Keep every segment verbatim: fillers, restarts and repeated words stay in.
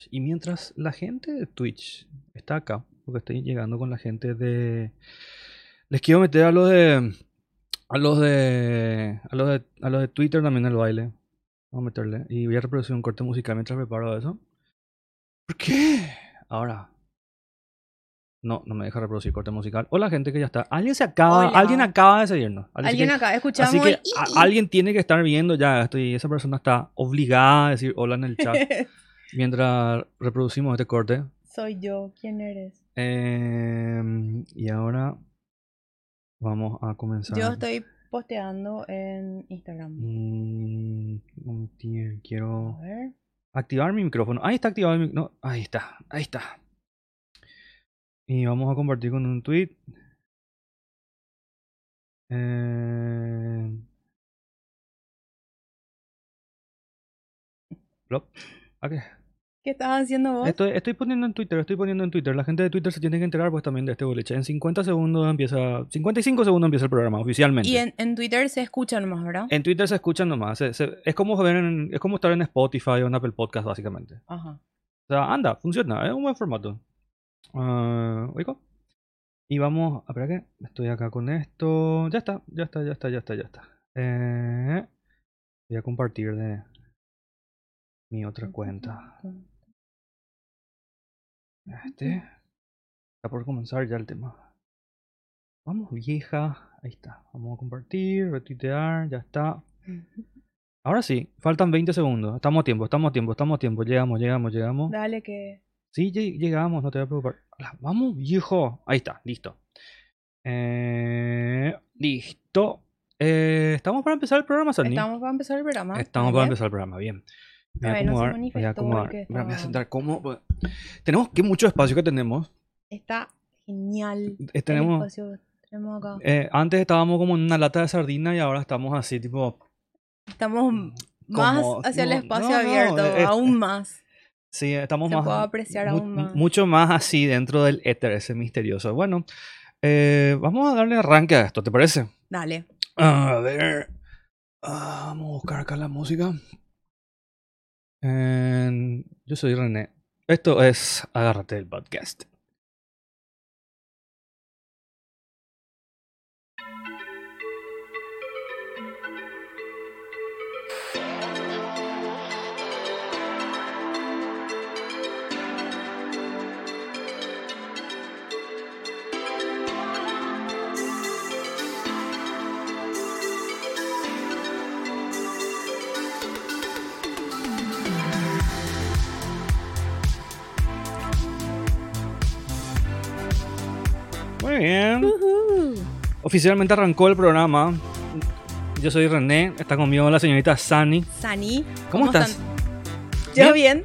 Y mientras la gente de Twitch está acá, porque estoy llegando con la gente de... Les quiero meter a los de... A los de... A los de, a los de Twitter también el baile. Vamos a meterle. Y voy a reproducir un corte musical mientras preparo eso. ¿Por qué? Ahora. No, no me deja reproducir corte musical. Hola, gente que ya está. Alguien se acaba... Hola. Alguien acaba de seguirnos. Alguien que, acá, escuchamos. Así que el... a, alguien tiene que estar viendo ya esto y esa persona está obligada a decir hola en el chat mientras reproducimos este corte. Soy yo. ¿Quién eres? Eh, y ahora vamos a comenzar. Yo estoy posteando en Instagram. Mm, tío, quiero A ver. activar mi micrófono. Ahí está activado el micrófono. No, ahí está, ahí está. Y vamos a compartir con un tweet. Eh... Plop. Okay. ¿Qué estás haciendo vos? Estoy, estoy poniendo en Twitter, estoy poniendo en Twitter. La gente de Twitter se tiene que enterar pues también de este boliche. En cincuenta segundos empieza... cincuenta y cinco segundos empieza el programa oficialmente. Y en, en Twitter se escucha nomás, ¿verdad? En Twitter se escuchan nomás. Se, se, es, como ver en, es como estar en Spotify o en Apple Podcast básicamente. Ajá. O sea, anda, funciona. Es un buen formato. Uh, ¿Oigo? Y vamos... Espera que estoy acá con esto. Ya está, ya está, ya está, ya está, ya está. Eh, voy a compartir de mi otra cuenta. Este. Está por comenzar ya el tema. Vamos, vieja. Ahí está. Vamos a compartir, retuitear, ya está. Ahora sí, faltan veinte segundos. Estamos a tiempo, estamos a tiempo, estamos a tiempo. Llegamos, llegamos, llegamos. Dale que... Sí, llegamos, no te voy a preocupar. Vamos, viejo. Ahí está, listo. Eh, listo. Eh, ¿Estamos para empezar el programa, Sandy? Estamos para empezar el programa. Estamos ¿Vale? para empezar el programa, bien. Me voy a acomodar, no voy a acomodar. Me voy a sentar cómodo. Tenemos que mucho espacio que tenemos. Está genial. Eh, tenemos, el espacio que tenemos acá. Eh, antes estábamos como en una lata de sardina y ahora estamos así, tipo... Estamos más como, hacia no, el espacio no, abierto, no, es, aún más. Sí, estamos Se más... puede apreciar mu aún más. Mucho más así dentro del éter, ese misterioso. Bueno, eh, vamos a darle arranque a esto, ¿te parece? Dale. A ver... Uh, vamos a buscar acá la música. Eh, yo soy René. Esto es Agárrate el Podcast. Muy bien. Uh-huh. Oficialmente arrancó el programa. Yo soy René. Está conmigo la señorita Sani. Sani. ¿Cómo, ¿Cómo estás? San... Yo bien.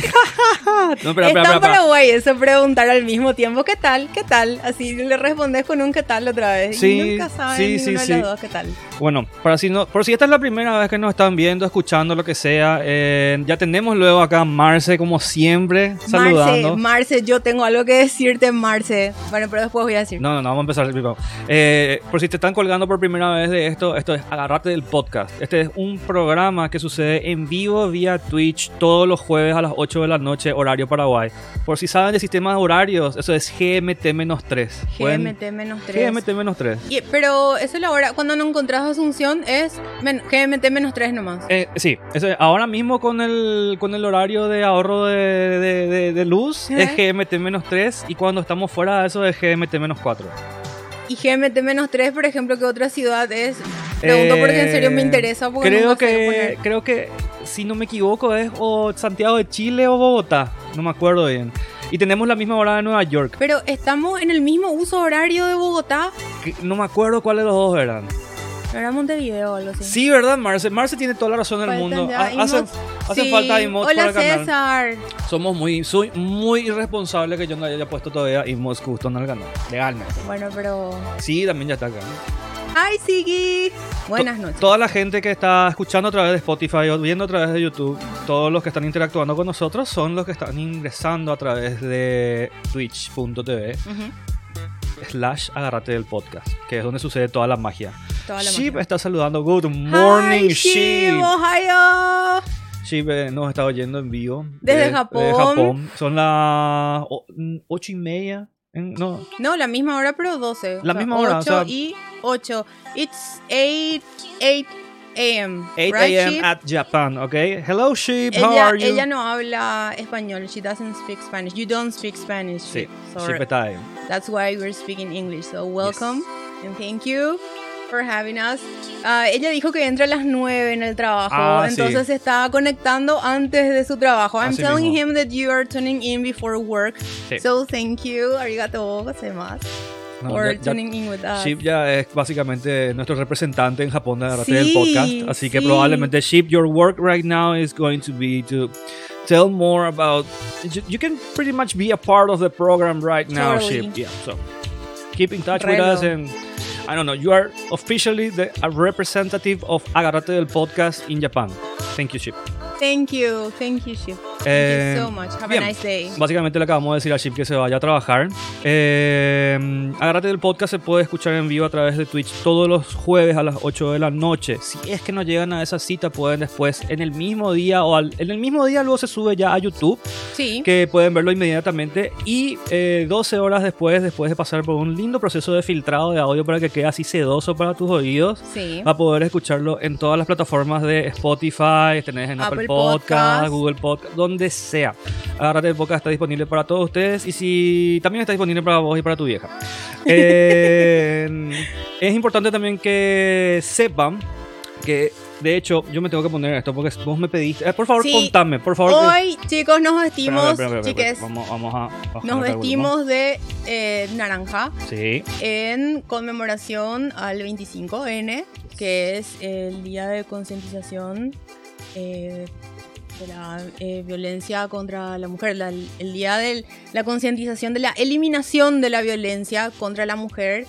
No, espera, espera, Está espera, en Paraguay eso, preguntar al mismo tiempo ¿qué tal? ¿Qué tal? Así le respondes con un ¿qué tal? Otra vez. Sí, y nunca saben sí, ni sí, uno sí. de los dos ¿qué tal? Bueno, para si no, por si esta es la primera vez que nos están viendo, escuchando, lo que sea, eh, ya tenemos luego acá a Marce, como siempre, saludando. Marce, Marce, yo tengo algo que decirte, Marce. Bueno, pero después voy a decir. No, no, no, vamos a empezar. Eh, por si te están colgando por primera vez de esto, esto es Agárrate del Podcast. Este es un programa que sucede en vivo vía Twitch todos los jueves a las ocho de la noche, horario Paraguay. Por si saben de sistemas horarios, eso es G M T tres. G M T tres. G M T tres. Y, pero eso es la hora, cuando no encontrás Asunción, es men, G M T tres nomás. Eh, sí, eso es, ahora mismo con el, con el horario de ahorro de, de, de, de luz, ¿eh? Es G M T tres, y cuando estamos fuera de eso es G M T cuatro. Y G M T tres, por ejemplo, ¿qué otra ciudad es? Pregunto eh, porque en serio me interesa. Creo que, creo que, si no me equivoco, es o Santiago de Chile o Bogotá. No me acuerdo bien. Y tenemos la misma hora de Nueva York. Pero estamos en el mismo uso horario de Bogotá. Que no me acuerdo cuáles de los dos eran. Era Montevideo o algo así. Sí, ¿verdad, Marce? Marce tiene toda la razón del mundo. Hace, hace sí. falta emotes Hola, para el César. canal. Somos muy, soy muy irresponsable que yo no haya puesto todavía emotes custom al canal. Legalmente. Bueno, pero... Sí, también ya está acá. ¡Ay, Sigui! Buenas noches. Toda la gente que está escuchando a través de Spotify o viendo a través de YouTube, todos los que están interactuando con nosotros son los que están ingresando a través de twitch punto tv uh-huh. slash Agárrate del Podcast, que es donde sucede toda la magia. Toda la Sheep magia. está saludando. Good morning, Hi, Sheep. Ohio. Ship eh, nos está oyendo en vivo. Desde de- Japón. de Japón. Son las o- ocho y media. en- no, No, la misma hora, pero doce. La misma hora, o ocho sea- y ocho. It's eight, eight a m. eight right, a m Ship? at Japan, okay? Hello, Ship. How Ella, are you? ella no habla español. She doesn't speak Spanish. You don't speak Spanish. Sí, Ship. So Ship está ahí. that's why we're speaking English. So welcome and thank you for having us. Ah, ella dijo que entra a las nueve en el trabajo, Ah, sí. entonces se está conectando antes de su trabajo. I'm Así telling mismo. him that you are tuning in before work. Sí. So thank you, arigato gozaimasu, No, for ya- ya- tuning in with us. Ship ya es básicamente nuestro representante en Japón de Agarrate Sí, del podcast. Así que sí. probablemente, Ship, your work right now is going to be to tell more about. You, you can pretty much be a part of the program right now, Totally. Ship. Yeah, so keep in touch with Relo. us and. I don't know, you are officially the a representative of Agarrate del podcast in Japan. Thank you, Ship. Thank you, thank you, Ship. Thank Eh, you so much. Have bien. a nice day. Básicamente le acabamos de decir a Ship que se vaya a trabajar. Eh, Agárrate del podcast se puede escuchar en vivo a través de Twitch todos los jueves a las ocho de la noche. Si es que no llegan a esa cita, pueden después en el mismo día o al- en el mismo día luego se sube ya a YouTube, Sí. que pueden verlo inmediatamente. Y eh, doce horas después, después de pasar por un lindo proceso de filtrado de audio para que quede así sedoso para tus oídos, Sí. va a poder escucharlo en todas las plataformas de Spotify, tenés en Apple, Apple Podcast, Podcast. Google Podcast, donde sea. Agárrate el podcast, está disponible para todos ustedes y si también está disponible para vos y para tu vieja. Eh, es importante también que sepan que, de hecho, yo me tengo que poner esto porque vos me pediste. Eh, por favor, Sí. contame, por favor. Hoy, chicos, nos Espera, vestimos, espera, espera, espera, chiques, espera. Vamos, vamos a bajar nos acá el vestimos de eh, naranja. volumen. Sí. En conmemoración al veinticinco ene, que es el día de concientización eh, de la eh, violencia contra la mujer, la- el día de la concientización de la eliminación de la violencia contra la mujer.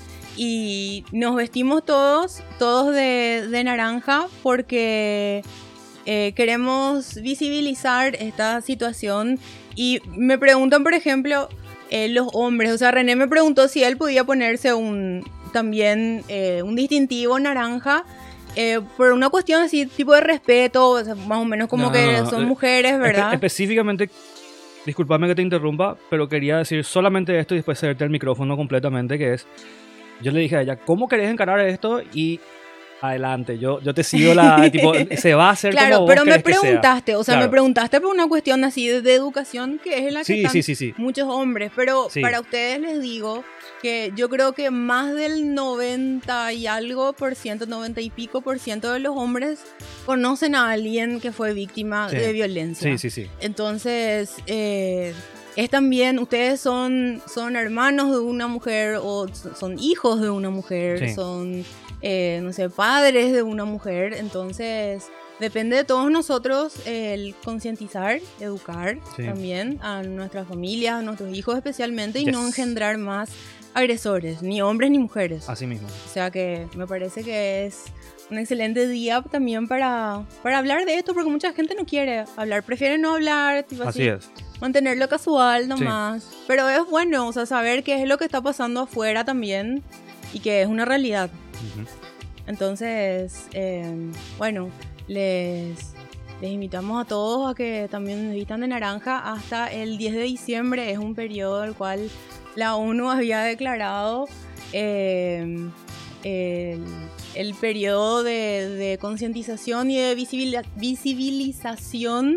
Y nos vestimos todos, todos de, de naranja, porque eh, queremos visibilizar esta situación. Y me preguntan, por ejemplo, eh, los hombres, o sea, René me preguntó si él podía ponerse un también eh, un distintivo naranja, eh, por una cuestión así, tipo de respeto, o sea, más o menos como No, que no, no, son eh, mujeres, ¿verdad? Espe- específicamente, discúlpame que te interrumpa, pero quería decir solamente esto y después cederte el micrófono completamente, que es, yo le dije a ella, ¿cómo querés encarar esto? Y adelante, yo, yo te sigo la, tipo, se va a hacer Claro, como vos pero me querés que sea. preguntaste, o sea, Claro. me preguntaste por una cuestión así de, de educación, que es en la que Sí, están sí, sí, sí. muchos hombres, pero Sí. para ustedes les digo que yo creo que más del noventa y algo por ciento, noventa y pico por ciento de los hombres conocen a alguien que fue víctima Sí. de violencia. Sí, sí, sí. Entonces, eh, es también, ustedes son, son hermanos de una mujer o so- son hijos de una mujer, Sí. son, eh, no sé, padres de una mujer. Entonces, depende de todos nosotros el concientizar, educar Sí. también a nuestras familias, a nuestros hijos especialmente, y Yes. no engendrar más agresores, ni hombres ni mujeres. Así mismo. O sea que me parece que es un excelente día también para, para hablar de esto, porque mucha gente no quiere hablar, prefiere no hablar, tipo Así así, es. mantenerlo casual nomás. Pero es bueno, o sea, saber qué es lo que está pasando afuera también y que es una realidad. Ujú. Entonces, eh, bueno, les, les invitamos a todos a que también vistan de naranja hasta el diez de diciembre. Es un periodo el cual la ONU había declarado eh, el, el periodo de, de concientización y de visibili- visibilización,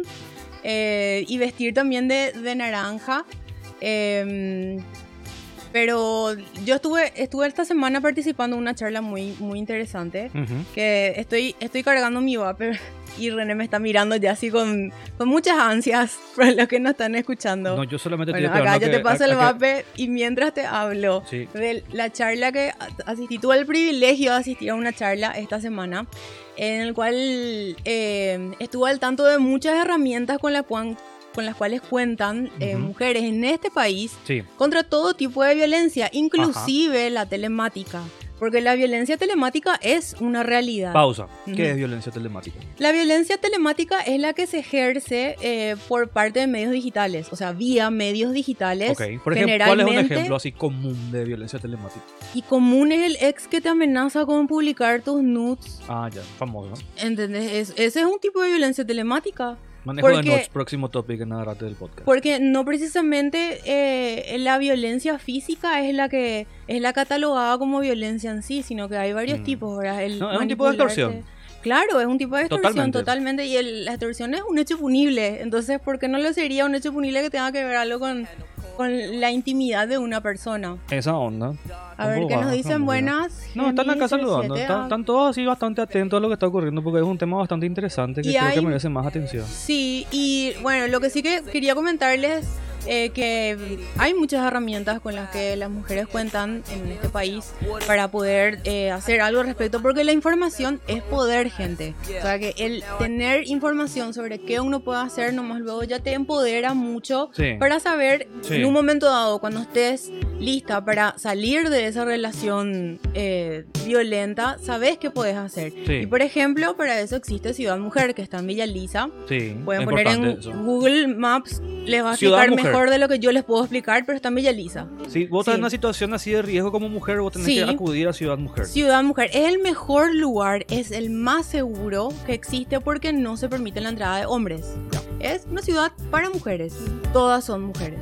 eh, y vestir también de, de naranja. Eh, pero yo estuve, estuve esta semana participando en una charla muy, muy interesante, Ujú. que estoy, estoy cargando mi vapor y René me está mirando ya así con, con muchas ansias para los que nos están escuchando. No, yo solamente Bueno, estoy acá esperando yo te que- paso a- el a que- vape y mientras te hablo Sí. de la charla que a- asistí, tuve el privilegio de asistir a una charla esta semana en el cual eh, estuve al tanto de muchas herramientas con, la cuan- con las cuales cuentan eh, Ujú. mujeres en este país Sí. contra todo tipo de violencia, inclusive la telemática. Porque la violencia telemática es una realidad. Pausa. ¿Qué Ujú. es violencia telemática? La violencia telemática es la que se ejerce eh, por parte de medios digitales, o sea, vía medios digitales. Ok. Por ejemplo, ¿cuál es un generalmente, ejemplo así común de violencia telemática? Y común es el ex que te amenaza con publicar tus nudes. Ah, ya, famoso. ¿Entendés? Es- ese es un tipo de violencia telemática. Manejo Porque- de noche, próximo topic en Agarrate del podcast. Porque no precisamente eh, la violencia física es la que es la catalogada como violencia en sí, sino que hay varios Mm. tipos, ¿verdad? El No, es un tipo de manipularte- extorsión. Claro, es un tipo de extorsión Totalmente. totalmente, y el- la extorsión es un hecho punible. Entonces, ¿por qué no lo sería un hecho punible que tenga que ver algo con, con la intimidad de una persona? Esa onda. A ver, ¿Cómo ¿qué va? nos dicen? ¿Cómo va? Buenas. No, están acá Genis saludando. diecisiete, Están, ah. están todos así bastante atentos a lo que está ocurriendo porque es un tema bastante interesante que Y creo que hay- merece más atención. Sí, y bueno, lo que sí que quería comentarles eh, que hay muchas herramientas con las que las mujeres cuentan en este país para poder eh, hacer algo al respecto, porque la información es poder, gente. O sea, que el tener información sobre qué uno puede hacer, nomás luego ya te empodera mucho Sí. para saber Sí. en un momento dado, cuando estés lista para salir de esa relación eh, violenta, sabes qué puedes hacer. Sí. Y por ejemplo, para eso existe Ciudad Mujer, que está en Villa Lisa. Sí, Pueden es poner en importante eso. Google Maps, les va a Ciudad explicar Mujer. mejor de lo que yo les puedo explicar, pero está en Villa Lisa. Si vos estás Sí. en una situación así de riesgo como mujer, vos tenés Sí. que acudir a Ciudad Mujer. Ciudad Mujer es el mejor lugar, es el más seguro que existe porque no se permite la entrada de hombres. Es una ciudad para mujeres, todas son mujeres.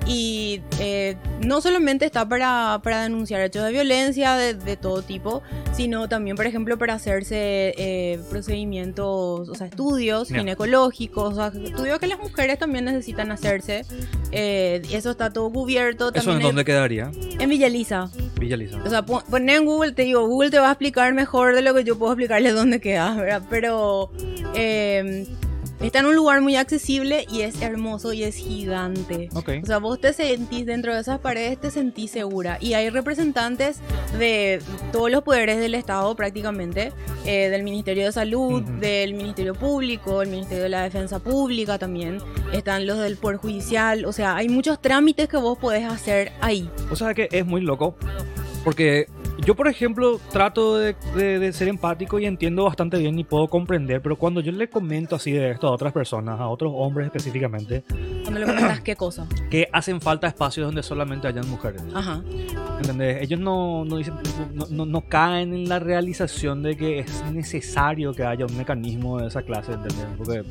Y eh, no solamente está para, para denunciar hechos de violencia de, de todo tipo, sino también, por ejemplo, para hacerse eh, procedimientos, o sea, estudios Ya. ginecológicos, o sea, estudios que las mujeres también necesitan hacerse. Eh, eso está todo cubierto. ¿Eso También en dónde quedaría? en Villa Lisa. Villa Lisa. O sea, pon- poné en Google, te digo, Google te va a explicar mejor de lo que yo puedo explicarle dónde queda, ¿verdad? Pero eh, está en un lugar muy accesible y es hermoso y es gigante. Ok. O sea, vos te sentís dentro de esas paredes, te sentís segura. Y hay representantes de todos los poderes del Estado prácticamente, eh, del Ministerio de Salud, Ujú. del Ministerio Público, el Ministerio de la Defensa Pública también. Están los del Poder Judicial. O sea, hay muchos trámites que vos podés hacer ahí. O sea que es muy loco. Porque yo, por ejemplo, trato de, de- de ser empático y entiendo bastante bien y puedo comprender. Pero cuando yo le comento así de esto a otras personas, a otros hombres específicamente, Cuando le comentas qué cosa. que hacen falta espacios donde solamente hayan mujeres. Ajá. ¿Entendés? Ellos no, no, dicen, no, no- no caen en la realización de que es necesario que haya un mecanismo de esa clase, ¿entendés? Porque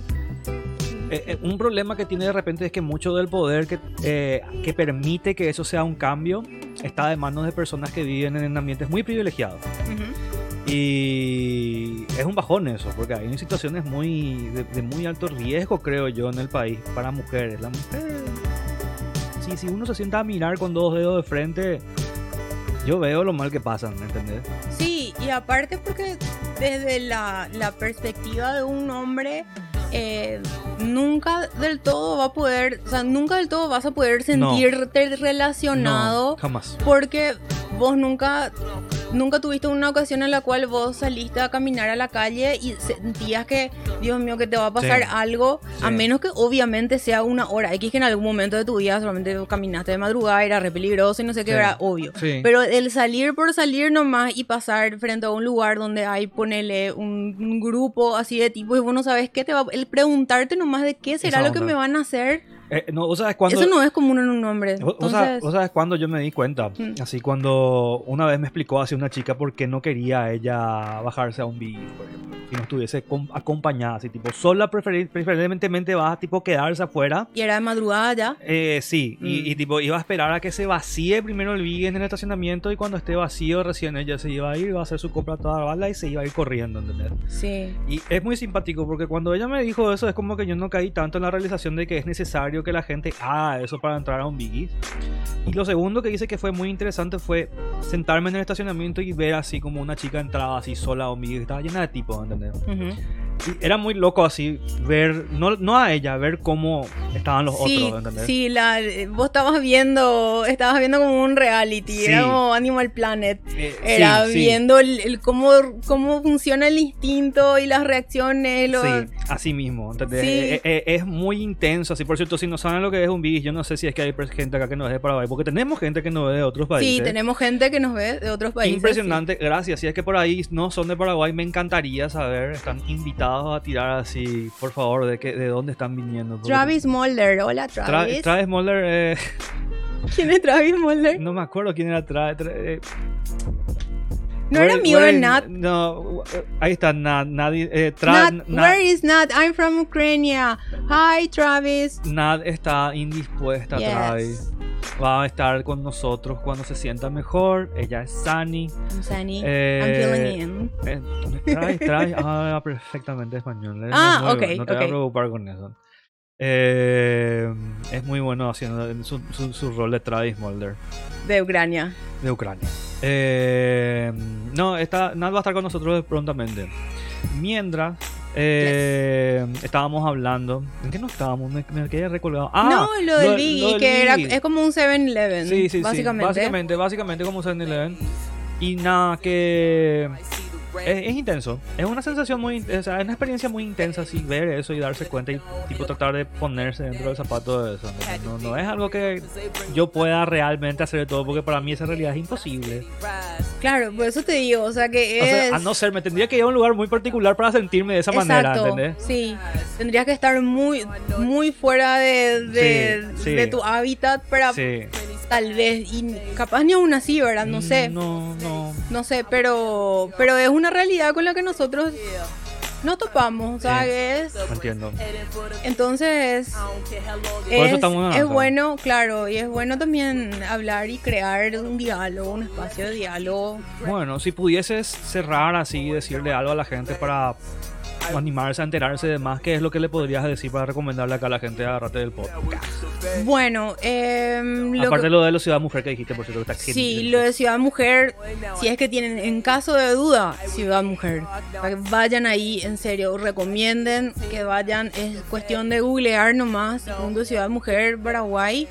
eh, eh, un problema que tiene de repente es que mucho del poder que, eh, que permite que eso sea un cambio está de manos de personas que viven en ambientes muy privilegiados. Ujú. Y es un bajón eso, porque hay situaciones muy de, de muy alto riesgo, creo yo, en el país para mujeres. La mujer, si, si uno se sienta a mirar con dos dedos de frente, yo veo lo mal que pasan, ¿me entendés? Sí, y aparte porque desde la, la perspectiva de un hombre, eh, nunca del todo va a poder, o sea, nunca del todo vas a poder sentirte relacionado No, jamás. porque vos nunca, nunca tuviste una ocasión en la cual vos saliste a caminar a la calle y sentías que, Dios mío, que te va a pasar Sí. algo, a Sí. menos que obviamente sea una hora X que en algún momento de tu vida solamente caminaste de madrugada, era re peligroso y no sé qué, Sí. era obvio. Sí. Pero el salir por salir nomás y pasar frente a un lugar donde hay, ponele, un, un grupo así de tipo y vos no sabes qué te va, el preguntarte nomás de qué será Esa lo que onda. me van a hacer, Eh, no, ¿vos sabes cuándo? eso no es común en un hombre. ¿Vos, vos sabes, Entonces, vos sabes cuándo yo me di cuenta? Mm. Así cuando una vez me explicó así una chica por qué no quería ella bajarse a un buggy, por ejemplo. Si no estuviese com- acompañada, así tipo, sola preferir, preferentemente va a tipo quedarse afuera. y era de madrugada ya. Eh, sí, y, Mm. y, tipo iba a esperar a que se vacíe primero el buggy en el estacionamiento y cuando esté vacío recién ella se iba a ir, iba a hacer su compra a toda bala y se iba a ir corriendo, ¿entendés? Sí. Y es muy simpático porque cuando ella me dijo eso es como que yo no caí tanto en la realización de que es necesario que la gente haga eso para entrar a un biggie. Y lo segundo que dice que fue muy interesante fue sentarme en el estacionamiento y ver así como una chica entraba así sola a un biggie, estaba llena de tipos, ¿entendés? Ujú. Y era muy loco así ver, no, no a ella, ver cómo estaban los Sí, otros, ¿entendés? sí, la, vos estabas viendo, estabas viendo como un reality, Sí. era como Animal Planet. Eh, Era sí, sí. viendo el, el cómo, cómo funciona el instinto y las reacciones. Lo... Sí, así mismo, ¿entendés? Sí. Eh, eh, es muy intenso, así por cierto, si no saben lo que es un biggie, yo no sé si es que hay gente acá que no es de Paraguay, porque tenemos gente que no es de otros países. Sí, tenemos gente que nos ve de otros países. Impresionante, gracias. Si es que por ahí no son de Paraguay, me encantaría saber. Están invitados a tirar así, por favor, de que, de dónde están viniendo. sí. Porque- Travis Mulder, hola Tra- Travis. Travis Mulder, eh, ¿Quién es Travis Mulder? no me acuerdo quién era Travis. No era amigo de Nat. No, ahí está Nat. Nadie, eh, tra, Nat, Nat, where is Nat? I'm from Ukraine. Hi, Travis. Nat está indispuesta, Yes. Travis. Va a estar con nosotros cuando se sienta mejor. Ella es Sunny. I'm Sunny. Eh, I'm feeling in. Eh, Travis, Travis habla perfectamente español. Es Ah, muy ok, bueno, no te ok. voy a preocupar con eso. Eh, es muy bueno haciendo su, su, su rol de Travis Mulder De Ucrania. de Ucrania. Eh, no, está, Nat va a estar con nosotros prontamente. Mientras eh, estábamos hablando. ¿En qué no estábamos? Me, me quedé recolgado. Ah, no, lo del Biggie, lo del que era, Biggie. es como un seven eleven. Sí, sí, básicamente. sí. Básicamente, básicamente como seven eleven. Y nada, que es, es intenso. Es una sensación muy, o sea, es una experiencia muy intensa así ver eso y darse cuenta y tipo tratar de ponerse dentro del zapato de eso. No, no, no es algo que yo pueda realmente hacer de todo porque para mí esa realidad es imposible. Claro, por eso te digo, o sea que O es... sea, a no ser, me tendría que ir a un lugar muy particular para sentirme de esa manera, Exacto, ¿entendés? sí. Tendrías que estar muy, muy fuera de, de, Sí, sí. de tu hábitat para Sí. tal vez, y capaz ni aún así, ¿verdad? No sé, no, No, no. sé, pero, pero es una realidad con la que nosotros no topamos, o sea, Sí. que es... Entiendo. Entonces, Por eso es, estamos es acá. bueno, claro, y es bueno también hablar y crear un diálogo, un espacio de diálogo. Bueno, si pudieses cerrar así y decirle algo a la gente para animarse a enterarse de más, ¿qué es lo que le podrías decir para recomendarle acá a la gente a Agarrate del Podcast? Bueno, eh, lo Aparte que- lo de la ciudad mujer que dijiste, por cierto, que está sí, genial. lo de Ciudad Mujer, si es que tienen, en caso de duda, Ciudad Mujer, para que vayan ahí, en serio, recomienden que vayan, es cuestión de googlear nomás, punto Ciudad Mujer, Paraguay,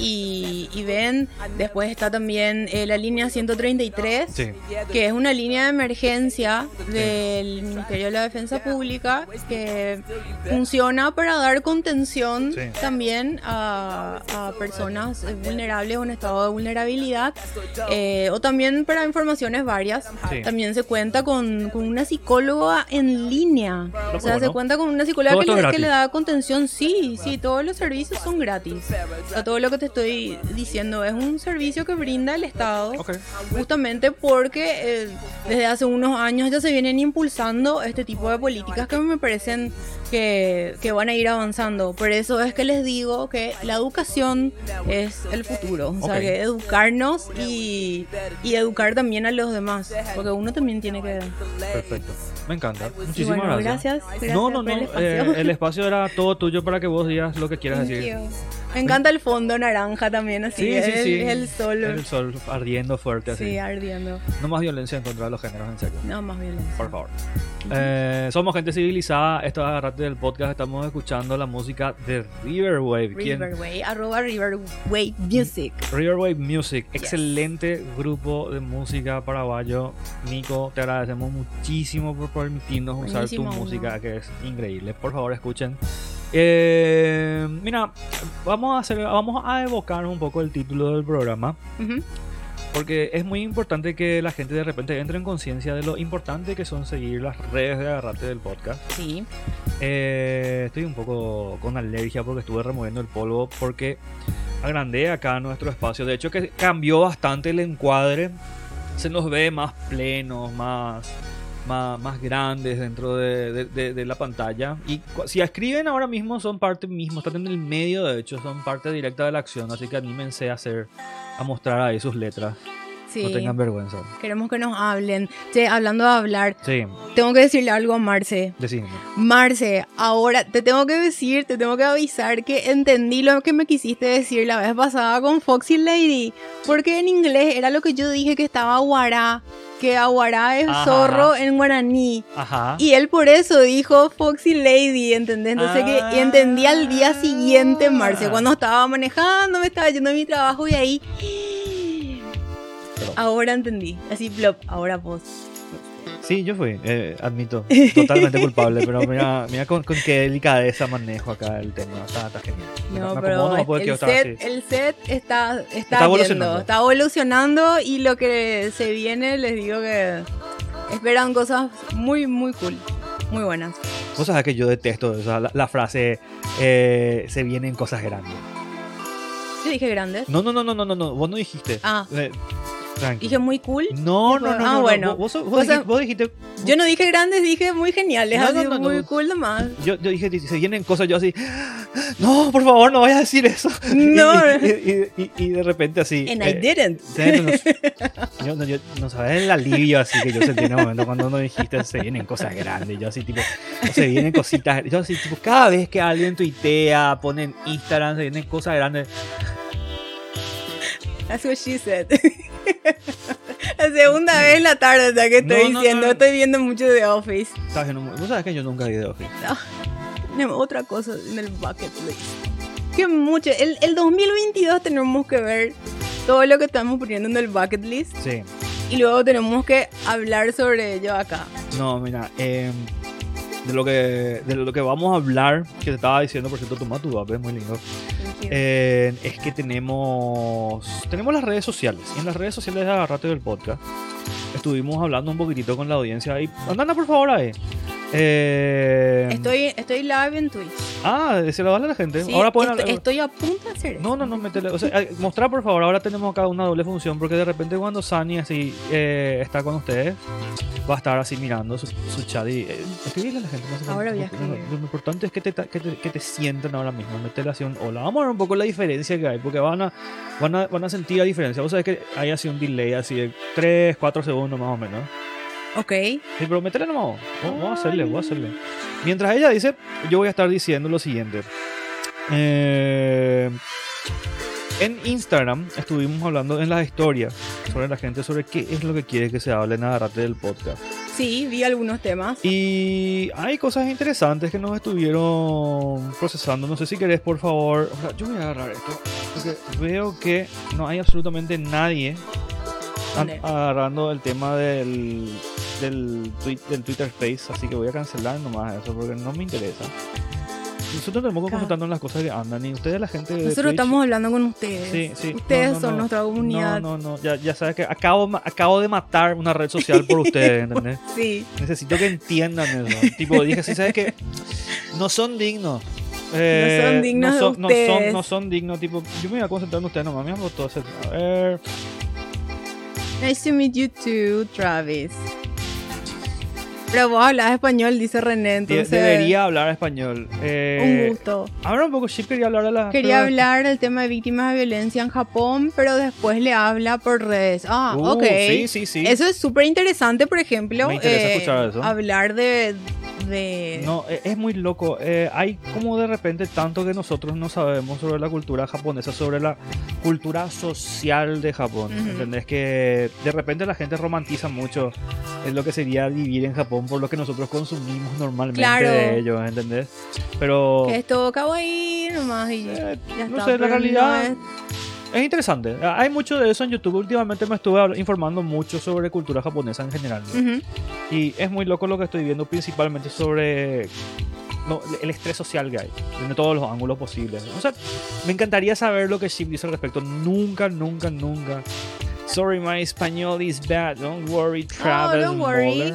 y, y ven, después está también eh, la línea ciento treinta y tres, Sí. que es una línea de emergencia del Ministerio de la Defensa Pública que funciona para dar contención Sí. también a, a personas vulnerables o en estado de vulnerabilidad, eh, o también para informaciones varias. Sí. También se cuenta con, con una psicóloga en línea, o sea, bueno. se cuenta con una psicóloga Todo que esto le, es que le gratis. da contención. Sí, sí, todos los servicios son gratis. O sea, todo lo que te estoy diciendo es un servicio que brinda el Estado. Ok. Justamente porque eh, desde hace unos años ya se vienen impulsando este tipo de políticas que me parecen que, que van a ir avanzando. Por eso es que les digo que la educación es el futuro. O sea, Ok. que educarnos y, y educar también a los demás. Porque uno también tiene que... Perfecto. Me encanta. Y Muchísimas bueno, gracias. gracias. gracias No, no, por no. el espacio. eh, el espacio era todo tuyo para que vos digas lo que quieras Thank decir. you. Me encanta el fondo naranja también, así. Sí, es, sí, sí. es el sol. El sol ardiendo fuerte así. Sí, ardiendo. No más violencia en contra de los géneros, en serio. No, más violencia. Por favor. Eh, somos gente civilizada. Esto es Agarrate del Podcast. Estamos escuchando la música de Riverwave. ¿Quién? Riverway, arroba Riverway Music. Riverwave Music. Excelente grupo de música paraguayo. Nico, te agradecemos muchísimo por permitirnos usar tu Buenísimo, música, ¿no? que es increíble. Por favor, escuchen. Eh, mira, vamos a hacer, vamos a evocar un poco el título del programa. Ujú. Porque es muy importante que la gente de repente entre en conciencia de lo importante que son seguir las redes de Agarrate del Podcast. Sí. Eh, estoy un poco con alergia porque estuve removiendo el polvo porque agrandé acá nuestro espacio. De hecho que cambió bastante el encuadre. Se nos ve más plenos, más, más, más grandes dentro de, de- de- de la pantalla. Y cu- si escriben ahora mismo son parte mismo, están en el medio de hecho, son parte directa de la acción. Así que anímense a hacer, a mostrar ahí sus letras. Sí. No tengan vergüenza. Queremos que nos hablen. Che, hablando de hablar, Sí, tengo que decirle algo a Marce. decidme. Marce, ahora te tengo que decir, te tengo que avisar que entendí lo que me quisiste decir la vez pasada con Foxy Lady. Porque en inglés era lo que yo dije que estaba guará. Que aguará es Ajá. zorro en guaraní. Ajá. Y él por eso dijo Foxy Lady, ¿entendés? Entonces Ah. que entendí al día siguiente, Marce, cuando estaba manejando, me estaba yendo a mi trabajo y ahí... Perdón. Ahora entendí. Así, plop, ahora vos. Sí, yo fui, eh, admito, totalmente culpable, pero mira, mira con, con qué delicadeza manejo acá el tema, está, está genial. Me- No, me pero acomodo, no puedo el quedar set, así. el set está, está, Está yendo, evolucionando. está evolucionando y lo que se viene, les digo que esperan cosas muy, muy cool, muy buenas. Vos sabés que yo detesto eso, la, la frase, eh, se vienen cosas grandes. Yo dije grandes. No, no, no, no, no, no, no, vos no dijiste. Ah. Eh, Tranqui. Dije muy cool. No, no, no, Ah, no, bueno. no. Vos, vos, O sea, dijiste, vos dijiste... Yo no dije grandes, dije muy geniales, No, así no, no, muy no. cool nomás. Yo, yo dije, se vienen cosas, yo así... No, por favor, no vayas a decir eso. No. Y, y, y, y, y de repente así... And eh, I didn't. No, yo, no, yo, no sabes el alivio así que yo sentí en el momento cuando no dijiste se vienen cosas grandes. Yo así tipo, o se vienen cositas. Yo así tipo, cada vez que alguien tuitea, pone en Instagram, se vienen cosas grandes. That's what she said. La segunda vez en la tarde, o sea, que estoy No, no, diciendo, no. estoy viendo mucho de Office. ¿Sabes? No, vos sabes que yo nunca vi de Office. No, tenemos otra cosa en el bucket list. Que mucho. El, el dos mil veintidós tenemos que ver todo lo que estamos poniendo en el bucket list. Sí. Y luego tenemos que hablar sobre ello acá. No, mira, eh, de lo que de lo que vamos a hablar, que te estaba diciendo, por cierto, toma tu vape, es muy lindo. Eh, es que tenemos tenemos las redes sociales. Y en las redes sociales de Agarrate del podcast estuvimos hablando un poquitito con la audiencia ahí. Andana, por favor, ahí. Eh, Estoy, estoy live en Twitch. Ah, se lo vale a la gente. Sí, Ahora pueden estoy, hablar- estoy a punto de hacer eso. No, no, no, métele. O sea, eh, mostrar por favor. Ahora tenemos acá una doble función. Porque de repente cuando Sani así eh, está con ustedes, va a estar así mirando su, su chat y eh, escribirle a la gente. No sé, Ahora voy a lo- escribir. Lo, lo importante es que te, que te, que te sientan ahora mismo. Métele así un hola. Vamos a ver un poco la diferencia que hay. Porque van a, van a, van a sentir la diferencia. Vos sabés que hay así un delay así de tres, cuatro segundos más o menos. Ok. Sí, pero métele nomás. Vamos vamos a hacerle, vamos a hacerle. Mientras ella dice, yo voy a estar diciendo lo siguiente. Eh, en Instagram estuvimos hablando en las historias sobre la gente, sobre qué es lo que quiere que se hable en Agarrate del podcast. Sí, vi algunos temas. Y hay cosas interesantes que nos estuvieron procesando. No sé si querés, por favor. O sea, yo voy a agarrar esto. Porque veo que no hay absolutamente nadie an- ¿Dónde? agarrando el tema del, del, tweet, del Twitter Space. Así que voy a cancelar nomás eso porque no me interesa. Nosotros tenemos que Claro. consultarnos las cosas que andan. Y ustedes, la gente de Nosotros Twitch- estamos hablando con ustedes. Sí, sí. Ustedes No, no, son no. nuestra comunidad. No, no, no. Ya, ya sabes que acabo, ma- acabo de matar una red social por ustedes, ¿entendés? Sí. Necesito que entiendan eso. Tipo, dije, sí, ¿sabes qué? No son dignos. Eh, No son dignos no de son, no ustedes. son, no son dignos. Tipo, yo me voy a concentrar en ustedes nomás. Me hago todo hacer. A ver. Nice to meet you too, Travis. Pero vos hablas español, dice René, de- entonces... debería hablar español. Eh, Un gusto. Ahora un poco, Chip quería hablar a la. Quería pero- hablar del tema de víctimas de violencia en Japón, pero después le habla por redes. Ah, Uh, ok. Sí, sí, sí. Eso es súper interesante, por ejemplo. Me interesa eh, escuchar eso. Hablar de... de... No, e- es muy loco. Eh, hay como de repente tanto que nosotros no sabemos sobre la cultura japonesa, sobre la cultura social de Japón. Ujú. ¿Entendés? Que de repente la gente romantiza mucho en lo que sería vivir en Japón por lo que nosotros consumimos normalmente Claro. de ellos, ¿entendés? Pero Que es todo kawaii nomás y eh, ya no está. sé, la pero realidad no es- es interesante. Hay mucho de eso en YouTube. Últimamente me estuve habl- informando mucho sobre cultura japonesa en general, ¿no? Ujú. Y es muy loco lo que estoy viendo, principalmente sobre no, el estrés social que hay, de todos los ángulos posibles. O sea, me encantaría saber lo que Ship dice al respecto. Nunca, nunca, nunca. Sorry, my Spanish is bad. Don't worry, Travis don't worry. Moller.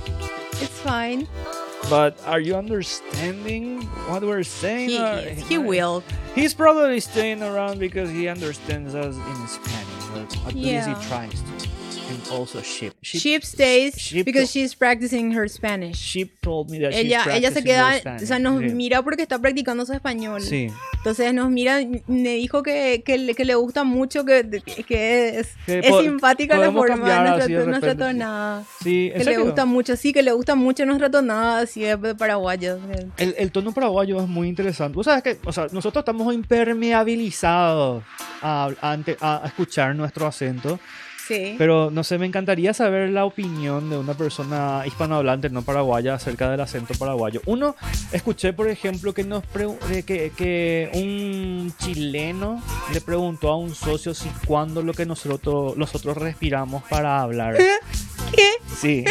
It's fine. But are you understanding what we're saying? He Or- is. He will. He's probably staying around because he understands us in Spanish. Or at least he Yeah. tries to. And also Ship. Ship stays Ship because to- she's practicing her Spanish. Ship told me that she's Ella, ella se practicing queda, her Spanish. o sea, nos Sí. mira porque está practicando su español. Sí. Entonces nos mira, me dijo que, que, le, que le gusta mucho, que, que es, Que es po- simpática la podemos forma, cambiar nuestra, así de nuestra repente, sí. tonada. Sí, ¿en Que le serio? gusta mucho, sí, que le gusta mucho nuestra tonada así de, de paraguayos. El, el tono paraguayo es muy interesante. Vos sabes que, o sea, nosotros estamos impermeabilizados a, ante- a, a escuchar nuestro acento, Sí. pero no sé, me encantaría saber la opinión de una persona hispanohablante no paraguaya acerca del acento paraguayo. Uno, escuché, por ejemplo, que nos pregu- eh, que, que un chileno le preguntó a un socio si cuándo lo que nosotros, nosotros respiramos para hablar. ¿Qué? Sí.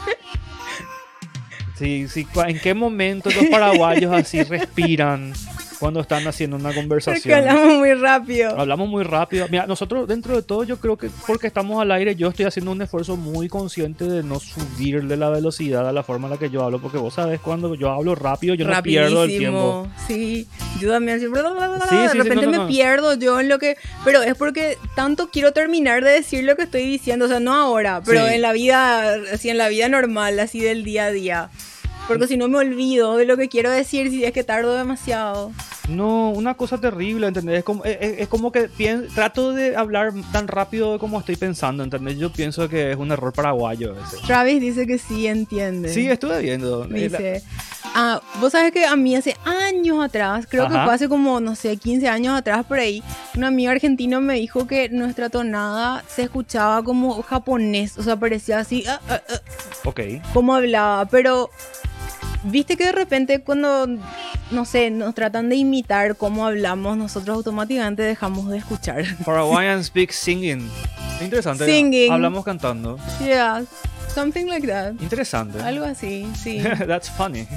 Sí, sí, cua- ¿en qué momento los paraguayos así respiran cuando están haciendo una Porque conversación. hablamos muy rápido. Hablamos muy rápido. Mira, nosotros dentro de todo yo creo que porque estamos al aire yo estoy haciendo un esfuerzo muy consciente de no subirle la velocidad a la forma en la que yo hablo, porque vos sabes cuando yo hablo rápido yo no pierdo el tiempo. Sí, yo también así, bla, bla, bla, bla, Sí, de sí, sí, repente no, no, me no. pierdo yo en lo que... Pero es porque tanto quiero terminar de decir lo que estoy diciendo, o sea, no ahora, pero Sí. en la vida, así en la vida normal, así del día a día. Porque si no me olvido de lo que quiero decir, si es que tardo demasiado. No, una cosa terrible, ¿entendés? Es como, es, es como que pien- trato de hablar tan rápido como estoy pensando, ¿entendés? Yo pienso que es un error paraguayo ese. Travis dice que sí entiende. Sí, estuve viendo. Dice, ah, vos sabes que a mí hace años atrás, creo que Ajá. fue hace como, no sé, quince años atrás por ahí, un amigo argentino me dijo que nuestra tonada se escuchaba como japonés, o sea, parecía así, ah, ah, ah, Ok. como hablaba, pero viste que de repente cuando, no sé, nos tratan de imitar cómo hablamos, nosotros automáticamente dejamos de escuchar. Paraguayan speak singing. Interesante. Singing. Hablamos cantando. Yeah, something like that. Interesante. Algo así, sí. That's funny.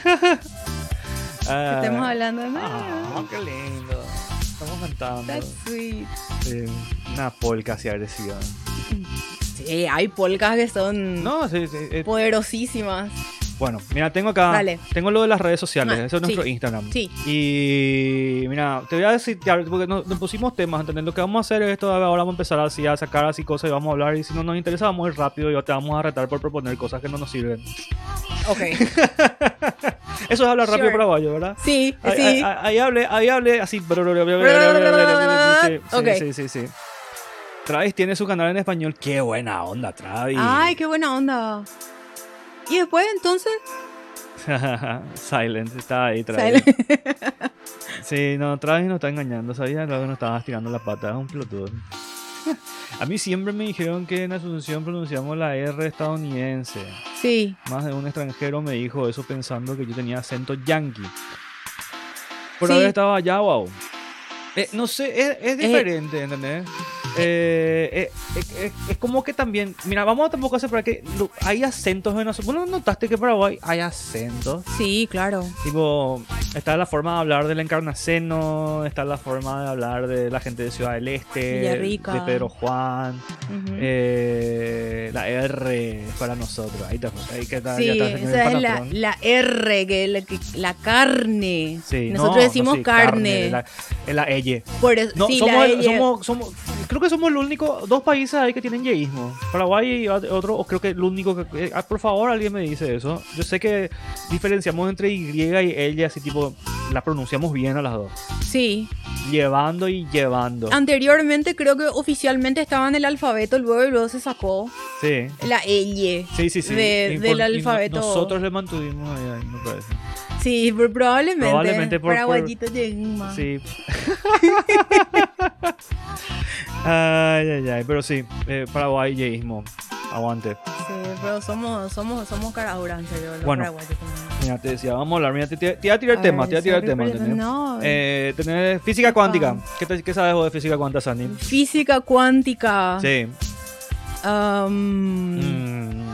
Que estemos hablando de Ah, qué lindo. Estamos cantando. That's sweet. Sí, una polka así agresiva. Sí, hay polcas que son No, sí, sí. eh, poderosísimas. Bueno, mira, tengo acá. Dale. Tengo lo de las redes sociales. Ah, Eso es nuestro sí. Instagram. Sí. Y mira, te voy a decir, ya, porque nos, nos pusimos temas, ¿entendés? Lo que vamos a hacer es esto, ahora vamos a empezar así a sacar así cosas y vamos a hablar. Y si no nos interesa, vamos a ir rápido y te vamos a retar por proponer cosas que no nos sirven. Ok. Eso es hablar rápido Sure. paraguayo, ¿verdad? Sí, Ahí, sí. ahí, ahí hablé, ahí hablé así. Sí, Ok. sí, sí, sí. Travis tiene su canal en español. Qué buena onda, Travis. Ay, qué buena onda. Y después, entonces, Silent, está ahí, Travis. Silent. Sí, no, Travis nos está engañando. Sabía luego nos estabas tirando la pata. Es un pelotudo. A mí siempre me dijeron que en Asunción pronunciamos la R estadounidense. Sí. Más de un extranjero me dijo eso pensando que yo tenía acento yankee. Por Sí. haber estado allá, wow. Eh, no sé, es, es diferente, ¿entendés? Eh, eh, eh, eh, es como que también, mira, vamos a tampoco hacer para que lo- hay acentos en nosotros. Bueno, notaste que en Paraguay hay acentos. Sí, claro. Tipo, está la forma de hablar del Encarnaceno, está la forma de hablar de la gente de Ciudad del Este, Villarrica. de Pedro Juan, Ujú. eh, la R para nosotros. Ahí está, ahí que está, Sí, ya está el señor esa es la, Panatrón. la R, que la, que- la carne. Sí, Nosotros no, decimos no, sí, carne. la, es la elle. Por eso, No, sí, somos, la el- L. somos, somos, creo que somos los únicos dos países ahí que tienen yeísmo. Paraguay y otro, o creo que el único que... eh, ah, por favor, alguien me dice eso. Yo sé que diferenciamos entre Y y ella, así tipo, la pronunciamos bien a las dos. Sí. Llevando y llevando. Anteriormente creo que oficialmente estaba en el alfabeto, luego y luego se sacó Sí. la L. Sí, sí, sí. de- Y del por- y no- alfabeto. nosotros le mantuvimos ahí, ahí, me parece. Sí, pero probablemente. Probablemente por- Paraguayito Yegma. Sí. Ay, ay, ay. Pero sí, eh, Paraguay, yeísmo. Aguante. Sí, pero somos, somos, somos caraduras, en serio, los Bueno. paraguayos también. Mira, te decía, vamos a hablar. Mira, te, te, te iba a tirar A tema, ver, te iba a tirar sorry, tema. pero ¿entendés? no. Eh, tener física cuántica. ¿Qué, te- qué sabes vos de física cuántica, Sandy? Física cuántica. Sí. Um, Mm.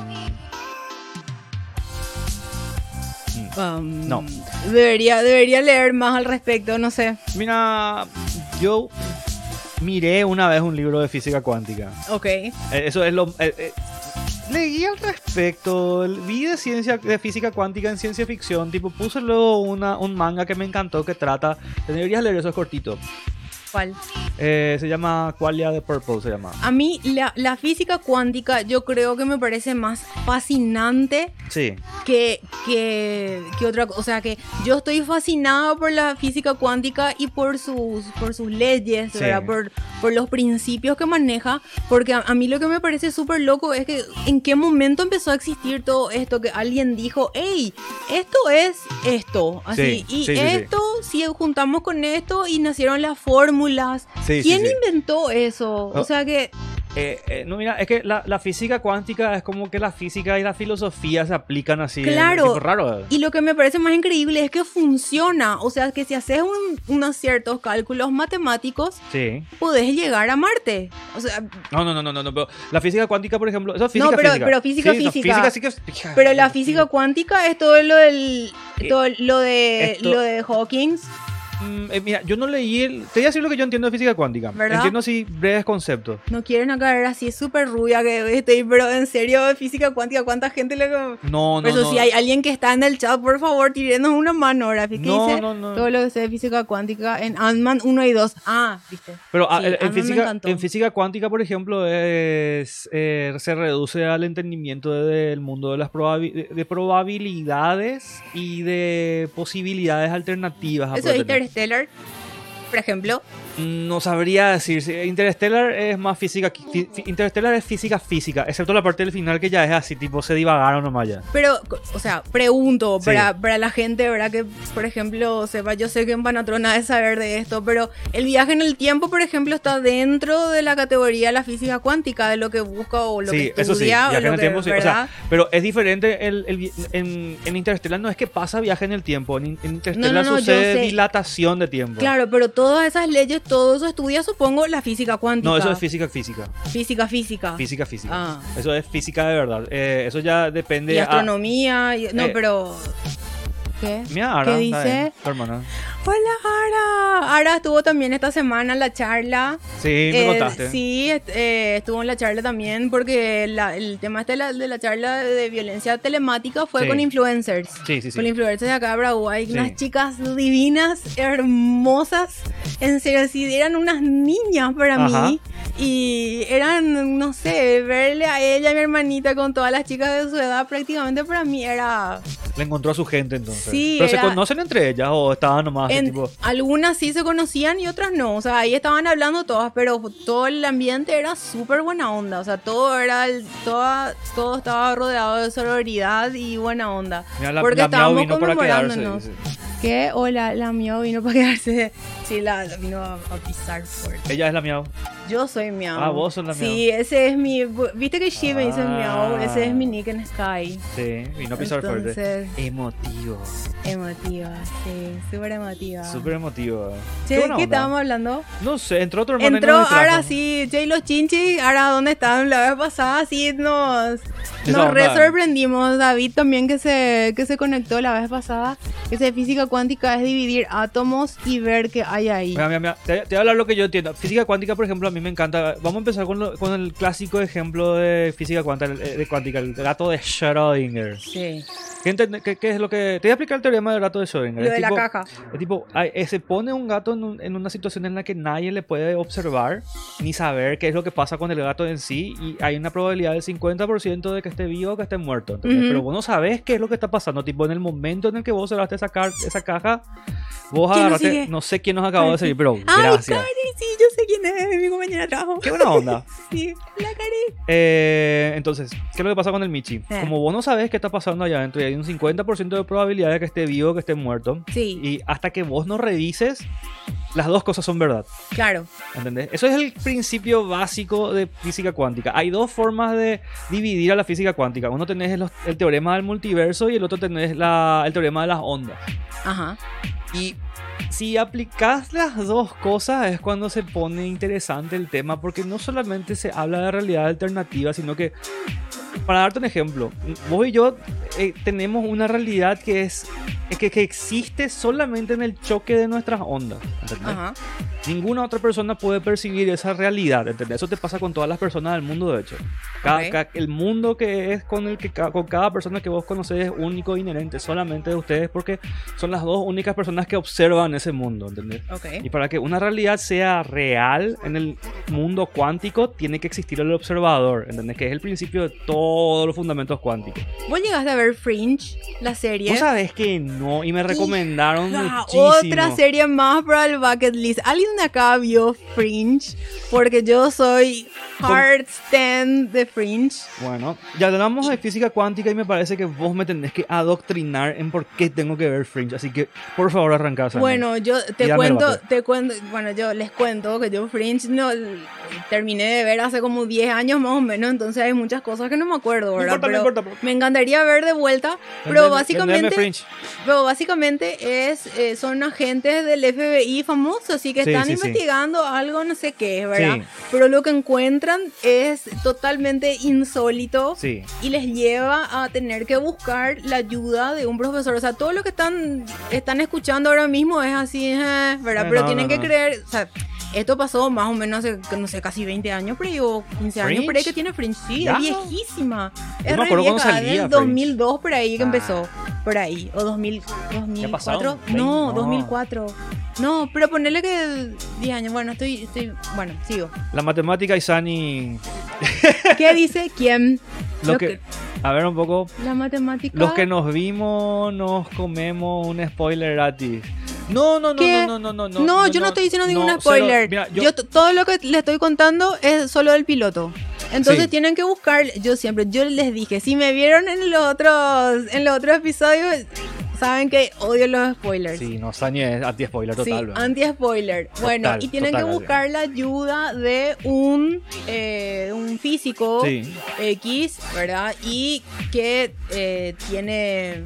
um, No. Debería, debería leer más al respecto, no sé. Mira, yo miré una vez un libro de física cuántica. Ok. Eh, eso es lo... eh, eh, leí al respecto, vi de ciencia, de física cuántica en ciencia ficción, tipo puse luego una, un manga que me encantó que trata, deberías leer eso, es cortito, ¿Cuál? eh, se llama Qualia de Purple, se llama. A mí la, la física cuántica yo creo que me parece más fascinante Sí, que, que, que otra cosa. O sea, que yo estoy fascinada por la física cuántica y por sus, por sus leyes, Sí. ¿verdad? Por, por los principios que maneja. Porque a, a mí lo que me parece súper loco es que en qué momento empezó a existir todo esto, que alguien dijo, hey, esto es esto. Así, Sí, y sí, sí, sí. esto, si juntamos con esto y nacieron las fórmulas. sí, ¿Quién sí, sí. inventó eso? Oh. O sea que... Eh, eh, no, mira, es que la, la física cuántica es como que la física y la filosofía se aplican así. Claro. Es tipo raro. Y lo que me parece más increíble es que funciona. O sea, que si haces un- unos ciertos cálculos matemáticos, Sí. podés llegar a Marte. O sea, No, no, no, no, no, no, pero la física cuántica, por ejemplo, eso es física No, pero- física. pero física, Sí, no, física. física sí que es- pero la física cuántica es todo lo del... Eh, Todo lo de, esto- lo de Hawking. Mm, eh, mira, yo no leí el... Te voy a decir lo que yo entiendo de física cuántica. ¿Verdad? Entiendo así breves conceptos. No quieren acá ver así súper rubia que estoy, pero en serio, de física cuántica, ¿cuánta gente le... No, no, Pero no. si hay alguien que está en el chat, por favor, tírenos una mano ahora. ¿Qué No, dice? no, no. Todo lo que sé de física cuántica en Ant-Man uno y dos. Ah, viste. Pero ah, Sí, en, en Ant-Man me física, encantó. en física cuántica, por ejemplo, es, eh, se reduce al entendimiento del mundo de las probabi- de, de probabilidades y de posibilidades alternativas. a Eso es poder tener. Interstellar, por ejemplo. No sabría decir. si- Interstellar es más física. fi- fi- Interstellar es física física, excepto la parte del final que ya es así, tipo se divagaron nomás ya. Pero, o sea, pregunto Sí. para, para la gente, ¿verdad? Que, por ejemplo, sepa, yo sé que en Panatrona es saber de esto, pero el viaje en el tiempo, por ejemplo, está dentro de la categoría de la física cuántica, de lo que busca o lo Sí, que eso sí, estudia, o viaje en lo el que, tiempo sí. O ¿verdad? sea, pero es diferente. El, el vi- en, en Interstellar no es que pasa viaje en el tiempo. En, in- en Interstellar No, no, no, yo sucede sé. dilatación de tiempo. Claro, pero todas esas leyes, todo eso estudia, supongo, la física cuántica. No, eso es física física. Física, física. Física física. Ah. Eso es física de verdad. Eh, eso ya depende. Y a- astronomía. y- no, eh, pero. ¿Qué? Mira, Ara, ¿Qué está dice? bien, tu hermana. Hola, Ara. Ara estuvo también esta semana en la charla. Sí, me Eh, contaste. Sí, est- eh, estuvo en la charla también porque la- el tema este de la, de la charla de violencia telemática fue Sí. con influencers. Sí, sí, sí. Con influencers de acá de Paraguay. Sí. Unas chicas divinas, hermosas. En serio, sí, eran unas niñas para Ajá. mí. Y eran, no sé, verle a ella, a mi hermanita, con todas las chicas de su edad, prácticamente para mí era... Le encontró a su gente entonces. Sí, Pero se era- conocen entre ellas o estaban nomás así, En- tipo. Algunas sí se conocían y otras no. O sea, ahí estaban hablando todas, pero todo el ambiente era súper buena onda. O sea, todo era el- toda, todo estaba rodeado de sororidad y buena onda. Mira, la, Porque la Miau estábamos vino para quedarse. conmemorándonos. dice. ¿Qué? Hola, la Miau vino para quedarse. Sí, la, la vino a, a pisar fuerte. Ella es la Miau. Yo soy Miau. Ah, vos sos la Miau. Sí, ese es mi... ¿Viste que She me dice Ah. Miau? Ese es mi nick en Sky. Sí, vino a pisar fuerte. Entonces, Emotivo. emotiva, sí, súper emotiva. Súper emotivo. Che, Qué ¿de buena qué onda. estábamos hablando? No sé, entró tu hermana y Entró, nos distrajo. ahora sí, Jay los chinchis, ahora dónde están la vez pasada, sí nos, Esa nos re onda. sorprendimos. David también que se, que se conectó la vez pasada, que se física cuántica es dividir átomos y ver qué hay ahí. Mira, mira, mira, Te, te voy a hablar lo que yo entiendo. Física cuántica, por ejemplo, a mí me encanta. Vamos a empezar con, lo- con el clásico ejemplo de física cuántica, de cuántica, el gato de Schrödinger. Sí, ¿Qué, entende- qué- qué es lo que...? Te voy a explicar el teorema del gato de Schrödinger. lo Es de la tipo- caja. Es tipo, hay- eh, se pone un gato en, un- en una situación en la que nadie le puede observar ni saber qué es lo que pasa con el gato en sí, y hay una probabilidad del cincuenta por ciento de que esté vivo o que esté muerto. ¿Entendés? Ujú. Pero vos no sabés qué es lo que está pasando. Tipo, en el momento en el que vos cerraste esa, car- esa caja, vos ¿Quién nos agarraste... sigue? No sé quién nos acabó de seguir, pero Ay, gracias. Cari, sí, yo sé quién es, mi compañera de trabajo. Qué buena onda. Sí, la Cari. Eh, entonces, ¿qué es lo que pasa con el Michi? Eh. Como vos no sabés qué está pasando allá adentro y hay un cincuenta por ciento de probabilidad de que esté vivo o que esté muerto, Sí, y hasta que vos no revises, las dos cosas son verdad. claro. ¿Entendés? Eso es el principio básico de física cuántica. Hay dos formas de dividir a la física cuántica. Uno tenés el, el teorema del multiverso y el otro tenés la- el teorema de las ondas. Ajá. Y si aplicás las dos cosas es cuando se pone interesante el tema, porque no solamente se habla de realidad alternativa, sino que, para darte un ejemplo, vos y yo eh, tenemos una realidad que es que, que existe solamente en el choque de nuestras ondas. ¿Entendés? Ajá. Ninguna otra persona puede percibir esa realidad, ¿entendés? Eso te pasa con todas las personas del mundo, de hecho. Cada, Ok. ca- el mundo que es con el que ca- con cada persona que vos conocés es único e inherente solamente de ustedes, porque son las dos únicas personas que observan ese mundo, ¿entendés? Ok. Y para que una realidad sea real en el mundo cuántico, tiene que existir el observador, ¿entendés? Que es el principio de todos los fundamentos cuánticos. ¿Vos llegaste a ver Fringe, la serie? Vos sabés que no, y me recomendaron Ah, muchísimo. otra serie más para el bucket list. ¿Alguien de acá vio Fringe? Porque yo soy hard stand de Fringe. Bueno, ya hablamos de física cuántica y me parece que vos me tenés que adoctrinar en por qué tengo que ver Fringe. Así que, por favor, arrancá. Sandra. Bueno, yo Y te dame el cuento, bate. te cuento, bueno, yo les cuento que yo Fringe no, terminé de ver hace como diez años más o menos, entonces hay muchas cosas que no me acuerdo, No ¿verdad? importa, no Pero importa. Pero... me encantaría ver de vuelta, pero Vendeme- básicamente, vendeme Fringe. pero básicamente es, eh, son agentes del F B I famosos, así que Sí, están sí, sí. investigando algo, no sé qué, ¿verdad? Sí. Pero lo que encuentran es totalmente insólito. Sí. Y les lleva a tener que buscar la ayuda de un profesor. O sea, todo lo que están, están escuchando ahora mismo es así, eh, ¿verdad? Eh, Pero no, tienen no, que no. creer, o sea, esto pasó más o menos hace, no sé, casi veinte años, pero yo, quince años, ¿Fringe? por ahí que tiene Fringe. Sí, ¿Ya? es viejísima. Yo Es me re acuerdo cuando vieja, salía del Fringe. dos mil dos por ahí que Ah. empezó. Por ahí. O dos mil, dos mil cuatro. pasado? No, veinte, no. dos mil cuatro. No, pero ponele que diez años. Bueno, estoy, estoy, bueno, sigo. La matemática y Sani. ¿Qué dice quién? Lo Lo que, a ver un poco. La matemática. Los que nos vimos nos comemos un spoiler gratis. No, no, no, ¿Qué? no, no, no, no. No, yo no estoy diciendo ningún cero. spoiler. Mira, yo... yo, t- todo lo que les estoy contando es solo del piloto. Entonces Sí. tienen que buscar, yo siempre, yo les dije, si me vieron en los otros, en los otros episodios, saben que odio los spoilers. Sí, no, Sani es anti-spoiler total. Sí, ¿verdad? anti-spoiler. Bueno, Total, y tienen total, que buscar la ayuda de un, eh, un físico Sí. X, ¿verdad? Y que eh, tiene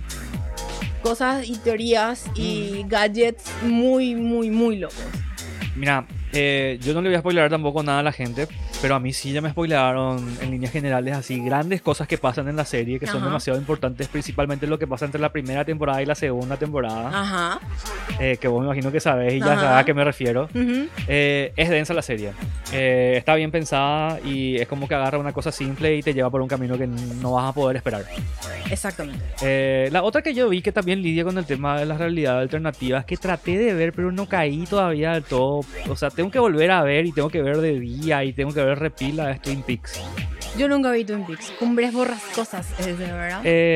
cosas y teorías Mm. y gadgets muy, muy, muy locos. Mira, eh, yo no le voy a spoilear tampoco nada a la gente, pero a mí sí ya me spoilearon en líneas generales así grandes cosas que pasan en la serie que son Ajá. demasiado importantes, principalmente lo que pasa entre la primera temporada y la segunda temporada, Ajá. eh, que vos me imagino que sabés y ya Ajá. sabés a qué me refiero. Ujú. Eh, es densa la serie, eh, está bien pensada y es como que agarra una cosa simple y te lleva por un camino que no vas a poder esperar. Exactamente. Eh, la otra que yo vi que también lidia con el tema de las realidades alternativas, que traté de ver pero no caí todavía del todo, o sea, tengo que volver a ver y tengo que ver de día y tengo que ver repila de Twin Peaks. Yo nunca vi Twin Peaks. Cumbres borrascosas, es de verdad.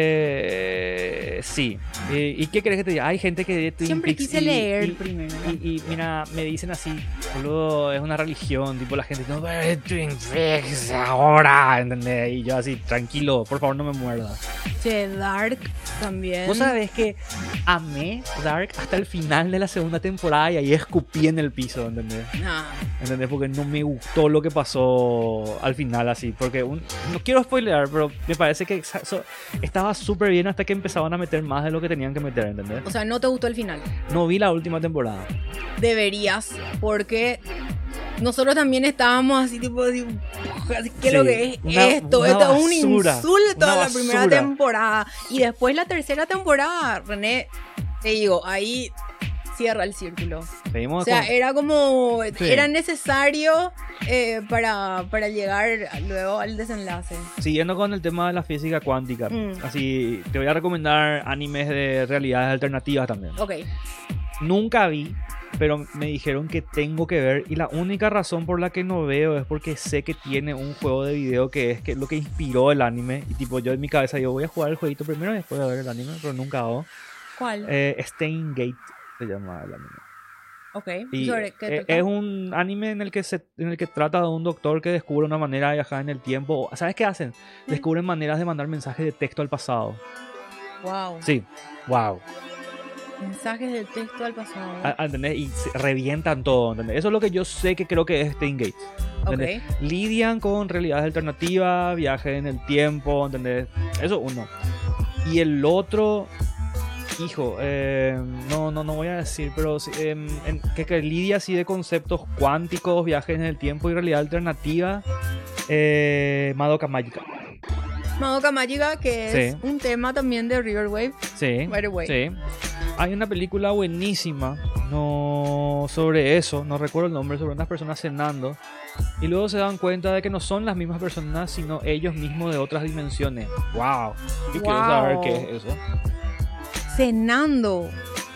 Eh, sí. Eh, ¿Y qué crees que te diga? Hay gente que ve Twin Siempre Peaks quise y- leer y- primero. Y, y mira, me dicen así, boludo, es una religión, tipo la gente, no ve Twin Peaks ahora, ¿entendés? Y yo así, tranquilo, por favor no me muerdas. Che, Dark también. Vos sabés que amé Dark hasta el final de la segunda temporada y ahí escupí en el piso, ¿entendés? Ah, ¿Entendés? Porque no me gustó lo que pasó al final así, porque un- no quiero spoilear, pero me parece que exa- so- estaba súper bien hasta que empezaban a meter más de lo que tenían que meter, ¿entendés? o sea, no te gustó el final. No vi la última temporada. Deberías, porque nosotros también estábamos así, tipo, así, así, ¿qué es Sí, lo que es una- esto? una Esto es un basura, insulto una a la primera basura. temporada. Y después la tercera temporada, René, te digo, ahí cierra el círculo. Seguimos O sea, con- era como, Sí. era necesario eh, para, para llegar luego al desenlace. Siguiendo con el tema de la física cuántica, Mm. así te voy a recomendar animes de realidades alternativas también. Ok, Nunca vi, pero me dijeron que tengo que ver y la única razón por la que no veo es porque sé que tiene un juego de video que es que lo que inspiró el anime y tipo yo en mi cabeza digo voy a jugar el jueguito primero y después voy a ver el anime, pero nunca hago. ¿cuál? Eh, Steins Gate se llama el anime. Ok, Y ¿sobre qué eh, trata? es un anime en el que se en el que trata de un doctor que descubre una manera de viajar en el tiempo. ¿Sabes qué hacen? Descubren maneras de mandar mensajes de texto al pasado. Wow. Sí, wow. Mensajes de texto al pasado. A- a- ¿Entendés? Y se revientan todo, ¿entendés? Eso es lo que yo sé que creo que es Steins Gate. ¿Entendés? Ok. Lidian con realidades alternativas, viajes en el tiempo, ¿entendés? Eso uno. Y el otro, hijo, eh, no, no, no voy a decir, pero sí, em, en- que, que lidia así de conceptos cuánticos, viajes en el tiempo y realidad alternativa, eh, Madoka Mágica. Madoka Mágica, que es Sí. un tema también de River Wave. Sí, By the way. sí. Hay una película buenísima no sobre eso, no recuerdo el nombre, sobre unas personas cenando y luego se dan cuenta de que no son las mismas personas, sino ellos mismos de otras dimensiones. ¡Wow! Y quiero saber Wow. qué es eso. Cenando.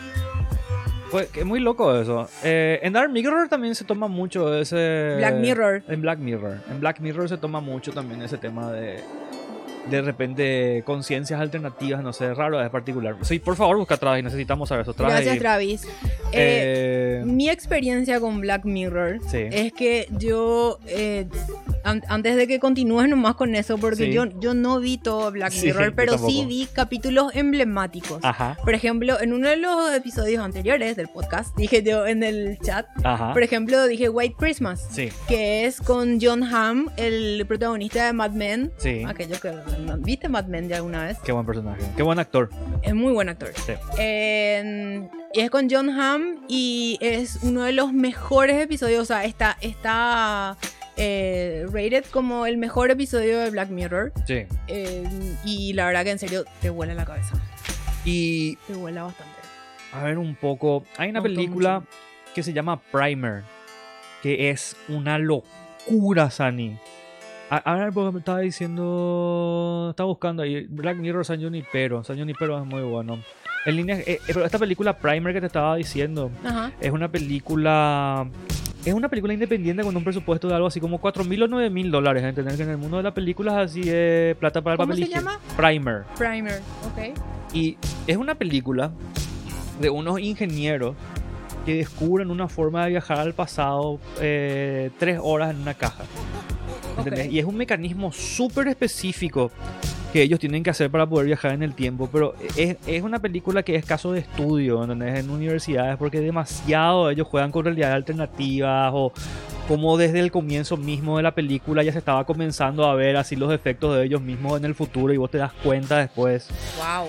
Pues, que es muy loco eso. Eh, en Dark Mirror también se toma mucho ese... Black Mirror. En Black Mirror. En Black Mirror se toma mucho también ese tema de... De repente, conciencias alternativas, no sé, raro, es particular. Sí, por favor, busca Travis, necesitamos saber eso. Travis. Gracias, Travis. Eh, Eh, mi experiencia con Black Mirror Sí. es que yo eh, an- antes de que continúes nomás con eso, porque Sí. yo, yo no vi todo Black Sí, Mirror, yo pero sí tampoco. vi capítulos emblemáticos. Ajá, Por ejemplo, en uno de los episodios anteriores del podcast, dije yo en el chat, ajá. por ejemplo, dije White Christmas, Sí, que es con John Hamm, el protagonista de Mad Men. sí. Aquello que ¿no? ¿Viste Mad Men de alguna vez? Qué buen personaje. Qué buen actor. Es muy buen actor. Sí. Eh, y es con John Hamm y es uno de los mejores episodios. O sea, está, está eh, rated como el mejor episodio de Black Mirror. Sí. Eh, y la verdad que en serio te vuela la cabeza. Y Te vuela bastante. a ver un poco. Hay una Me gustó película mucho. que se llama Primer, que es una locura, Sani. A, a ver, porque me estaba diciendo. Estaba buscando ahí. Black Mirror, San Junipero. San Junipero es muy bueno. En línea, eh, eh, pero esta película Primer que te estaba diciendo Ajá. es una película. Es una película independiente con un presupuesto de algo así como cuatro mil o nueve mil dólares. Entender que en el mundo de las películas así es plata para el ¿Cómo papel se higiénico. llama? Primer. Primer. Ok. Y es una película de unos ingenieros que descubren una forma de viajar al pasado eh, tres horas en una caja. ¿Entendés? Ok. Y es un mecanismo súper específico que ellos tienen que hacer para poder viajar en el tiempo. Pero es, es una película que es caso de estudio, ¿entendés? En universidades, porque demasiado ellos juegan con realidades alternativas o como desde el comienzo mismo de la película ya se estaba comenzando a ver así los efectos de ellos mismos en el futuro y vos te das cuenta después. Wow.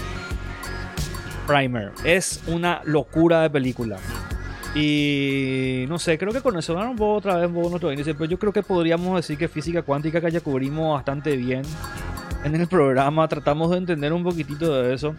Primer. Es una locura de película. Y no sé, creo que con eso van un poco otra vez un poco nuestro índice, pero yo creo que podríamos decir que física cuántica que ya cubrimos bastante bien en el programa. Tratamos de entender un poquitito de eso.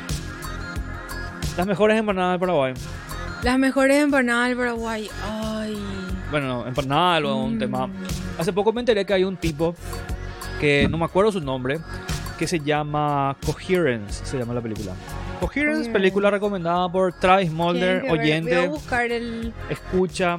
Las mejores empanadas de Paraguay. Las mejores empanadas del Paraguay. Ay. Bueno, no, empanada es un Mm. tema. Hace poco me enteré que hay un tipo que no me acuerdo su nombre, que se llama Coherence, se llama la película. Coherence, Coherence. película recomendada por Travis Mulder, Tienen que ver. oyente. Voy a buscar el. Escucha,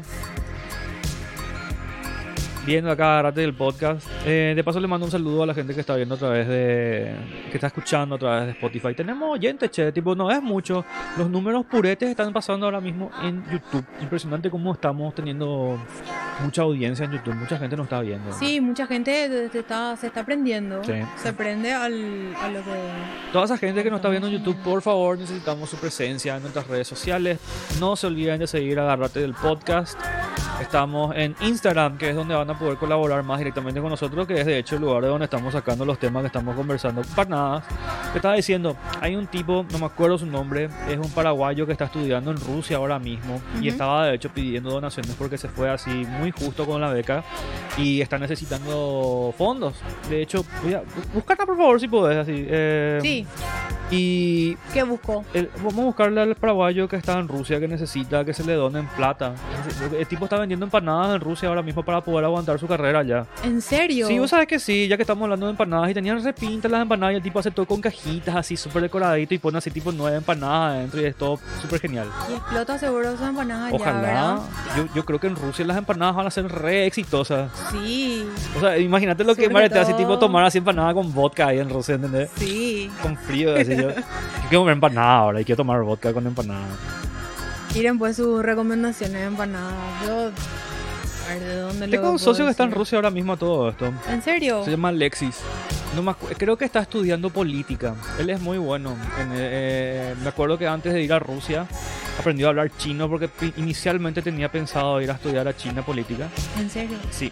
viendo acá Agarrate del podcast. Eh, de paso le mando un saludo a la gente que está viendo a través de, que está escuchando a través de Spotify. Tenemos oyentes, che, tipo, no es mucho. Los números puretes están pasando ahora mismo en YouTube. Impresionante cómo estamos teniendo mucha audiencia en YouTube. Mucha gente nos está viendo. Sí, mucha gente te- te está, se está aprendiendo. Sí. Se prende al, a lo que. Toda esa gente que nos está viendo en YouTube, por favor, necesitamos su presencia en nuestras redes sociales. No se olviden de seguir Agarrate del podcast. Estamos en Instagram, que es donde van a poder colaborar más directamente con nosotros, que es de hecho el lugar de donde estamos sacando los temas que estamos conversando. Empanadas. Te estaba diciendo, hay un tipo, no me acuerdo su nombre, es un paraguayo que está estudiando en Rusia ahora mismo y Ujú. estaba de hecho pidiendo donaciones porque se fue así muy justo con la beca y está necesitando fondos. De hecho, voy a, búscala por favor si podés así. eh, Sí, Y ¿qué buscó? el- vamos a buscarle al paraguayo que está en Rusia que necesita que se le donen plata. El tipo está vendiendo empanadas en Rusia ahora mismo para poder aguantar su carrera allá. ¿En serio? Sí, vos sabes que sí, ya que estamos hablando de empanadas y tenían repintas las empanadas y el tipo hace todo con cajitas así súper decoradito y pone así tipo nueve empanadas adentro y es todo súper genial. Y explota seguro esas empanadas allá, Ojalá, ¿verdad? yo, yo creo que en Rusia las empanadas van a ser re exitosas. Sí, O sea, imagínate lo que Sobre Mare te hace todo- tipo tomar así empanada con vodka ahí en Rusia, ¿entendés? sí. Con frío, así yo. Yo quiero comer empanada ahora y quiero tomar vodka con empanada. Miren pues sus recomendaciones de empanadas. Yo. A ver, ¿de dónde lo Tengo un puedo socio que está en decir? Rusia ahora mismo a todo esto. ¿En serio? Se llama Alexis. No me acu- creo que está estudiando política. Él es muy bueno. En, eh, me acuerdo que antes de ir a Rusia aprendió a hablar chino porque pi- inicialmente tenía pensado ir a estudiar a China política. ¿En serio? Sí.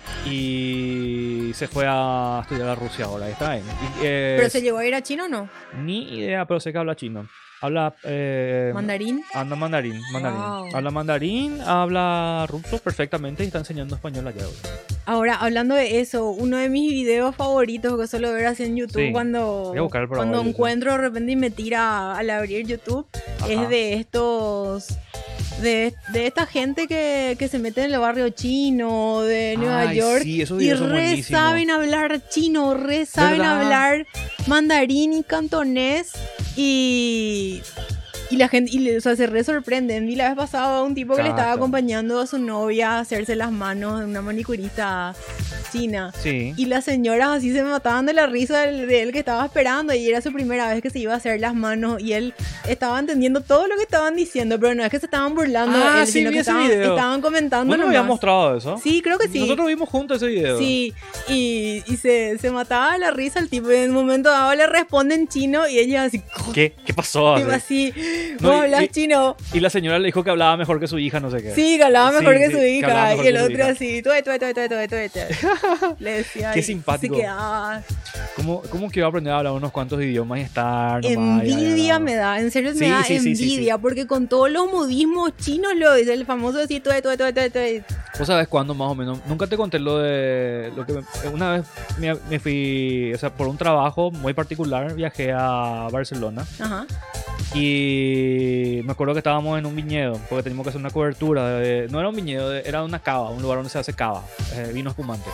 Y se fue a estudiar a Rusia ahora. Ahí está él. Y, eh, ¿Pero se llegó a ir a China o no? Ni idea, pero sé que habla chino. Habla... eh, ¿Mandarín? Habla mandarín, mandarín. Wow. Habla mandarín, habla ruso perfectamente y está enseñando español allá. güey. Ahora, hablando de eso, uno de mis videos favoritos que suelo ver así en YouTube Sí, cuando, voy a buscar el cuando programa, encuentro de repente y me tira al abrir YouTube, Ajá. es de estos... De, de esta gente que, que se mete en el barrio chino de Nueva Ay, York sí, esos y videos son re buenísimos. saben hablar chino, re saben ¿Verdad? hablar mandarín y cantonés y, Y la gente, y le- o sea, se re sorprenden. Y la vez pasada un tipo que le estaba Caca. acompañando a su novia a hacerse las manos de una manicurista china. Sí. Y las señoras así se mataban de la risa de de él que estaba esperando y era su primera vez que se iba a hacer las manos y él estaba entendiendo todo lo que estaban diciendo, pero no es que se estaban burlando de Ah, él, sí, sino vi que ese estaban, video. estaban comentando ¿Vos no me nomás. habías mostrado eso? Sí, creo que sí. Nosotros vimos juntos ese video. Sí, y, y se, se mataba de la risa el tipo y en un momento dado le responde en chino y ella así, ¿Qué, ¿Qué pasó? tipo así, No, ¿vos y- hablas y- chino? Y la señora le dijo que hablaba mejor que su hija, no sé qué. Sí, que hablaba mejor Sí, que sí, su que hablaba hija. mejor Y el que su otro hija. así, tué, tué, tué, tué, tué, tué, tué. Le decía. Qué y simpático. Se quedaba. ¿Cómo, ¿Cómo quiero aprender a hablar unos cuantos idiomas y estar nomás? y Envidia hablar? me da, en serio Sí, me da sí, sí, sí, envidia, sí. porque con todos los modismos chinos lo dice, el famoso así, tué, tué, tué, tué, tué. ¿Vos sabés cuándo más o menos? Nunca te conté lo de... Lo que me- una vez me, me fui, o sea, por un trabajo muy particular, viajé a Barcelona. Ajá. Y me acuerdo que estábamos en un viñedo, porque teníamos que hacer una cobertura. de- no era un viñedo, de- era una cava, un lugar donde se hace cava, eh, vino espumante.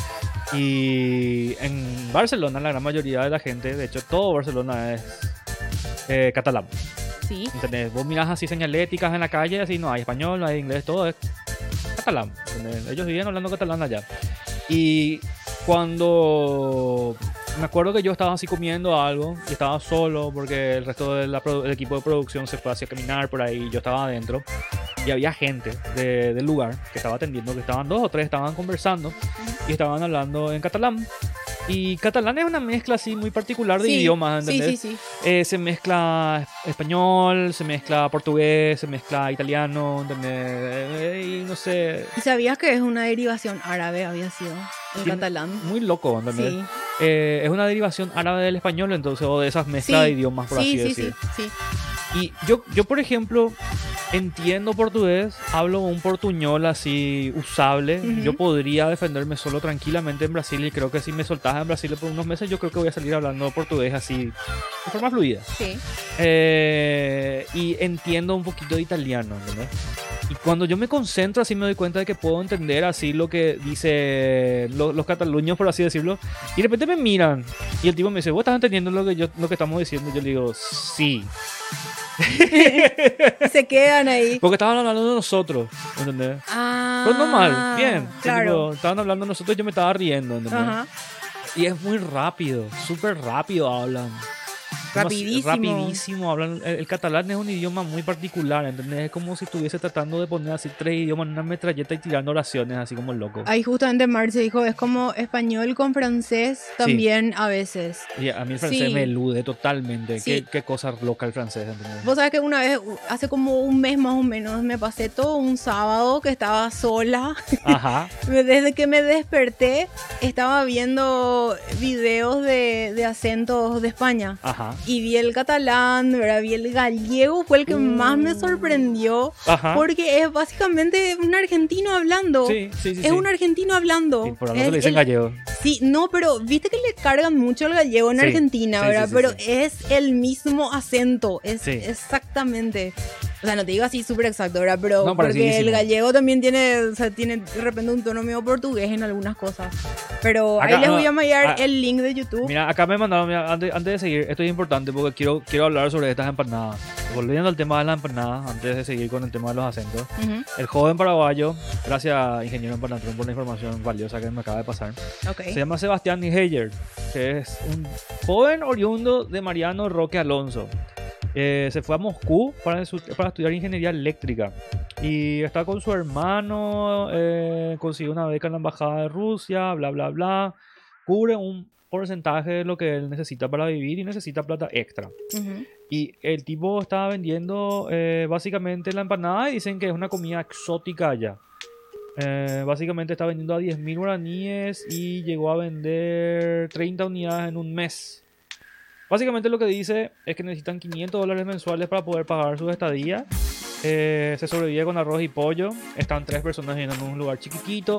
Y en Barcelona la gran mayoría de la gente, de hecho todo Barcelona es eh, catalán. Sí. ¿Entendés? Vos mirás así señaléticas en la calle, así no hay español, no hay inglés, todo es catalán. ¿Entendés? Ellos viven hablando catalán allá. Y cuando me acuerdo que yo estaba así comiendo algo y estaba solo porque el resto del equipo de producción se fue hacia caminar por ahí y yo estaba adentro y había gente de- del lugar que estaba atendiendo, que estaban dos o tres, estaban conversando y estaban hablando en catalán. Y catalán es una mezcla así muy particular de Sí, idiomas, sí, ¿entendés? sí, sí. Eh, se mezcla español, se mezcla portugués, se mezcla italiano, ¿entendés? Eh, y no sé, ¿Y sabías que es una derivación árabe, había sido, el Tiene- catalán? muy loco, ¿entendés? Sí. Eh, es una derivación árabe del español, entonces, o de esas mezclas Sí. de idiomas, por Sí, así sí, decir. sí, sí. Y yo, yo, por ejemplo, entiendo portugués, hablo un portuñol así usable. Ujú. Yo podría defenderme solo tranquilamente en Brasil y creo que si me soltas en Brasil por unos meses, yo creo que voy a salir hablando portugués así de forma fluida. Sí. Eh, y entiendo un poquito de italiano, ¿entendés? Y cuando yo me concentro así me doy cuenta de que puedo entender así lo que dice lo- los cataluños, por así decirlo. Y de repente me miran y el tipo me dice, ¿vos estás entendiendo lo que, yo, lo que estamos diciendo? Y yo le digo, sí. Y se quedan ahí. Porque estaban hablando de nosotros, ¿entendés? Ah, Pero normal, bien. Claro. Tipo, estaban hablando de nosotros y yo me estaba riendo, ¿entendés? Ajá. Y es muy rápido, súper rápido hablan. Demasi- Rapidísimo. Rapidísimo hablan. El, el catalán es un idioma muy particular, ¿entendés? Es como si estuviese tratando de poner así tres idiomas en una metralleta y tirando oraciones así como loco. Ahí justamente Marce dijo, es como español con francés también a veces. Y a mí el francés Sí. me elude totalmente. Sí. Qué, qué cosa loca el francés, ¿entendés? Vos sabés que una vez, u- hace como un mes más o menos, me pasé todo un sábado que estaba sola. Ajá. Desde que me desperté, estaba viendo videos de, de acentos de España. Ajá. Y vi el catalán, ¿verdad? Vi el gallego, fue el que más me sorprendió. Ajá. Porque es básicamente un argentino hablando. Sí, sí, sí. Es sí. un argentino hablando. Sí, por algo Es se le dicen el- gallego. Sí, no, pero viste que le cargan mucho el gallego en Sí, Argentina, sí, ¿verdad? sí, sí, pero sí. es el mismo acento, es Sí. exactamente. O sea, no te digo así súper exacto, ¿verdad? Pero No, porque parecidísimo. el gallego también tiene, o sea, tiene de repente un tono medio portugués en algunas cosas. Pero Acá, ahí les no, voy a mandar ah, el link de YouTube. Mira, acá me mandaron, mira, antes, antes de seguir, esto es importante porque quiero, quiero hablar sobre estas empanadas. Volviendo al tema de las empanadas, antes de seguir con el tema de los acentos. Ujú, El joven paraguayo, gracias ingeniero Empanatrón por la información valiosa que me acaba de pasar. ok. Se llama Sebastián Nijeyer, que es un joven oriundo de Mariano Roque Alonso. Eh, se fue a Moscú para, su- para estudiar ingeniería eléctrica y está con su hermano, eh, consiguió una beca en la embajada de Rusia, bla bla bla, cubre un porcentaje de lo que él necesita para vivir y necesita plata extra. Ujú. Y el tipo estaba vendiendo eh, básicamente la empanada y dicen que es una comida exótica allá. Eh, básicamente está vendiendo a diez mil guaraníes y llegó a vender treinta unidades en un mes. Básicamente lo que dice es que necesitan quinientos dólares mensuales para poder pagar su estadía. Eh, se sobrevive con arroz y pollo. Están tres personas en un lugar chiquitito.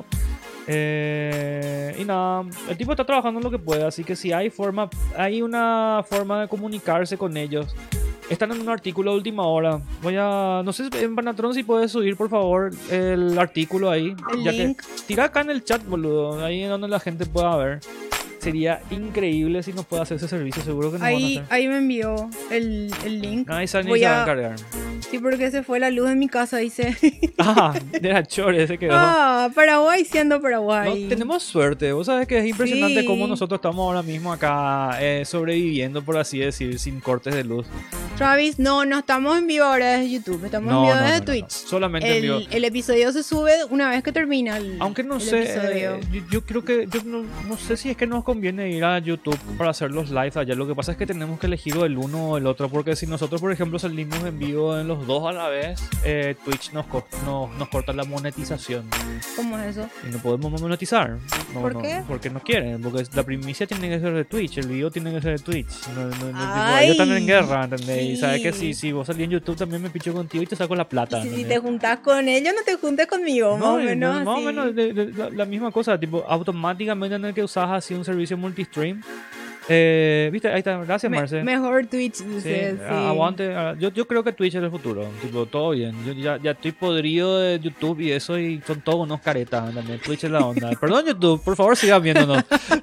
Eh, y nada, el tipo está trabajando en lo que puede, así que si hay forma, hay una forma de comunicarse con ellos. Están en un artículo de última hora. Voy a, no sé, en Banatron si puedes subir por favor el artículo ahí. El ya link. que tira acá en el chat, boludo, ahí es donde la gente pueda ver. sería increíble si nos puede hacer ese servicio. Seguro que nos Ahí, van a hacer. ahí me envió el, el link. No, ahí se, Voy se va a a- encargar. Sí, porque se fue la luz en mi casa, dice. Ah, de la chore se quedó. Ah, Paraguay siendo No, Paraguay. tenemos suerte. Vos sabés que es impresionante Sí. cómo nosotros estamos ahora mismo acá eh, sobreviviendo, por así decir, sin cortes de luz. Travis, no, no estamos en vivo ahora desde YouTube, estamos en No, vivo no, desde no, no, Twitch. no. Solamente en vivo. El, el episodio se sube una vez que termina el, Aunque no el sé, episodio. eh, yo, yo creo que yo no, no sé si es que nos conviene ir a YouTube para hacer los lives allá. Lo que pasa es que tenemos que elegir o el uno o el otro, porque si nosotros, por ejemplo, salimos en vivo en los dos a la vez, eh, Twitch nos, co- nos, nos corta la monetización ¿Cómo es eso? y no podemos monetizar. No, ¿Por no, qué? Porque no quieren, porque la primicia tiene que ser de Twitch, el video tiene que ser de Twitch. No, no, no, tipo, Ay, ellos están en guerra, ¿entendés? Y sí. sabes que si, si vos salís en YouTube también me picho contigo y te saco la plata. Y si, si ¿entendés? te juntás con ellos, no te juntes conmigo, más o No, y menos. no, más o así. menos de- de- la, la misma cosa, tipo, automáticamente en el que usas así un servicio multistream. Eh, ¿Viste? Ahí está, gracias, Me- Marce. mejor Twitch, Sí, dice. Sí, a- aguante. ah, Yo, yo creo que Twitch es el futuro. Tipo, todo bien. Yo ya, ya estoy podrido de YouTube y eso, y son todos unos caretas. ¿Entendés? Twitch es la onda. Perdón, YouTube, por favor, sigan viéndonos.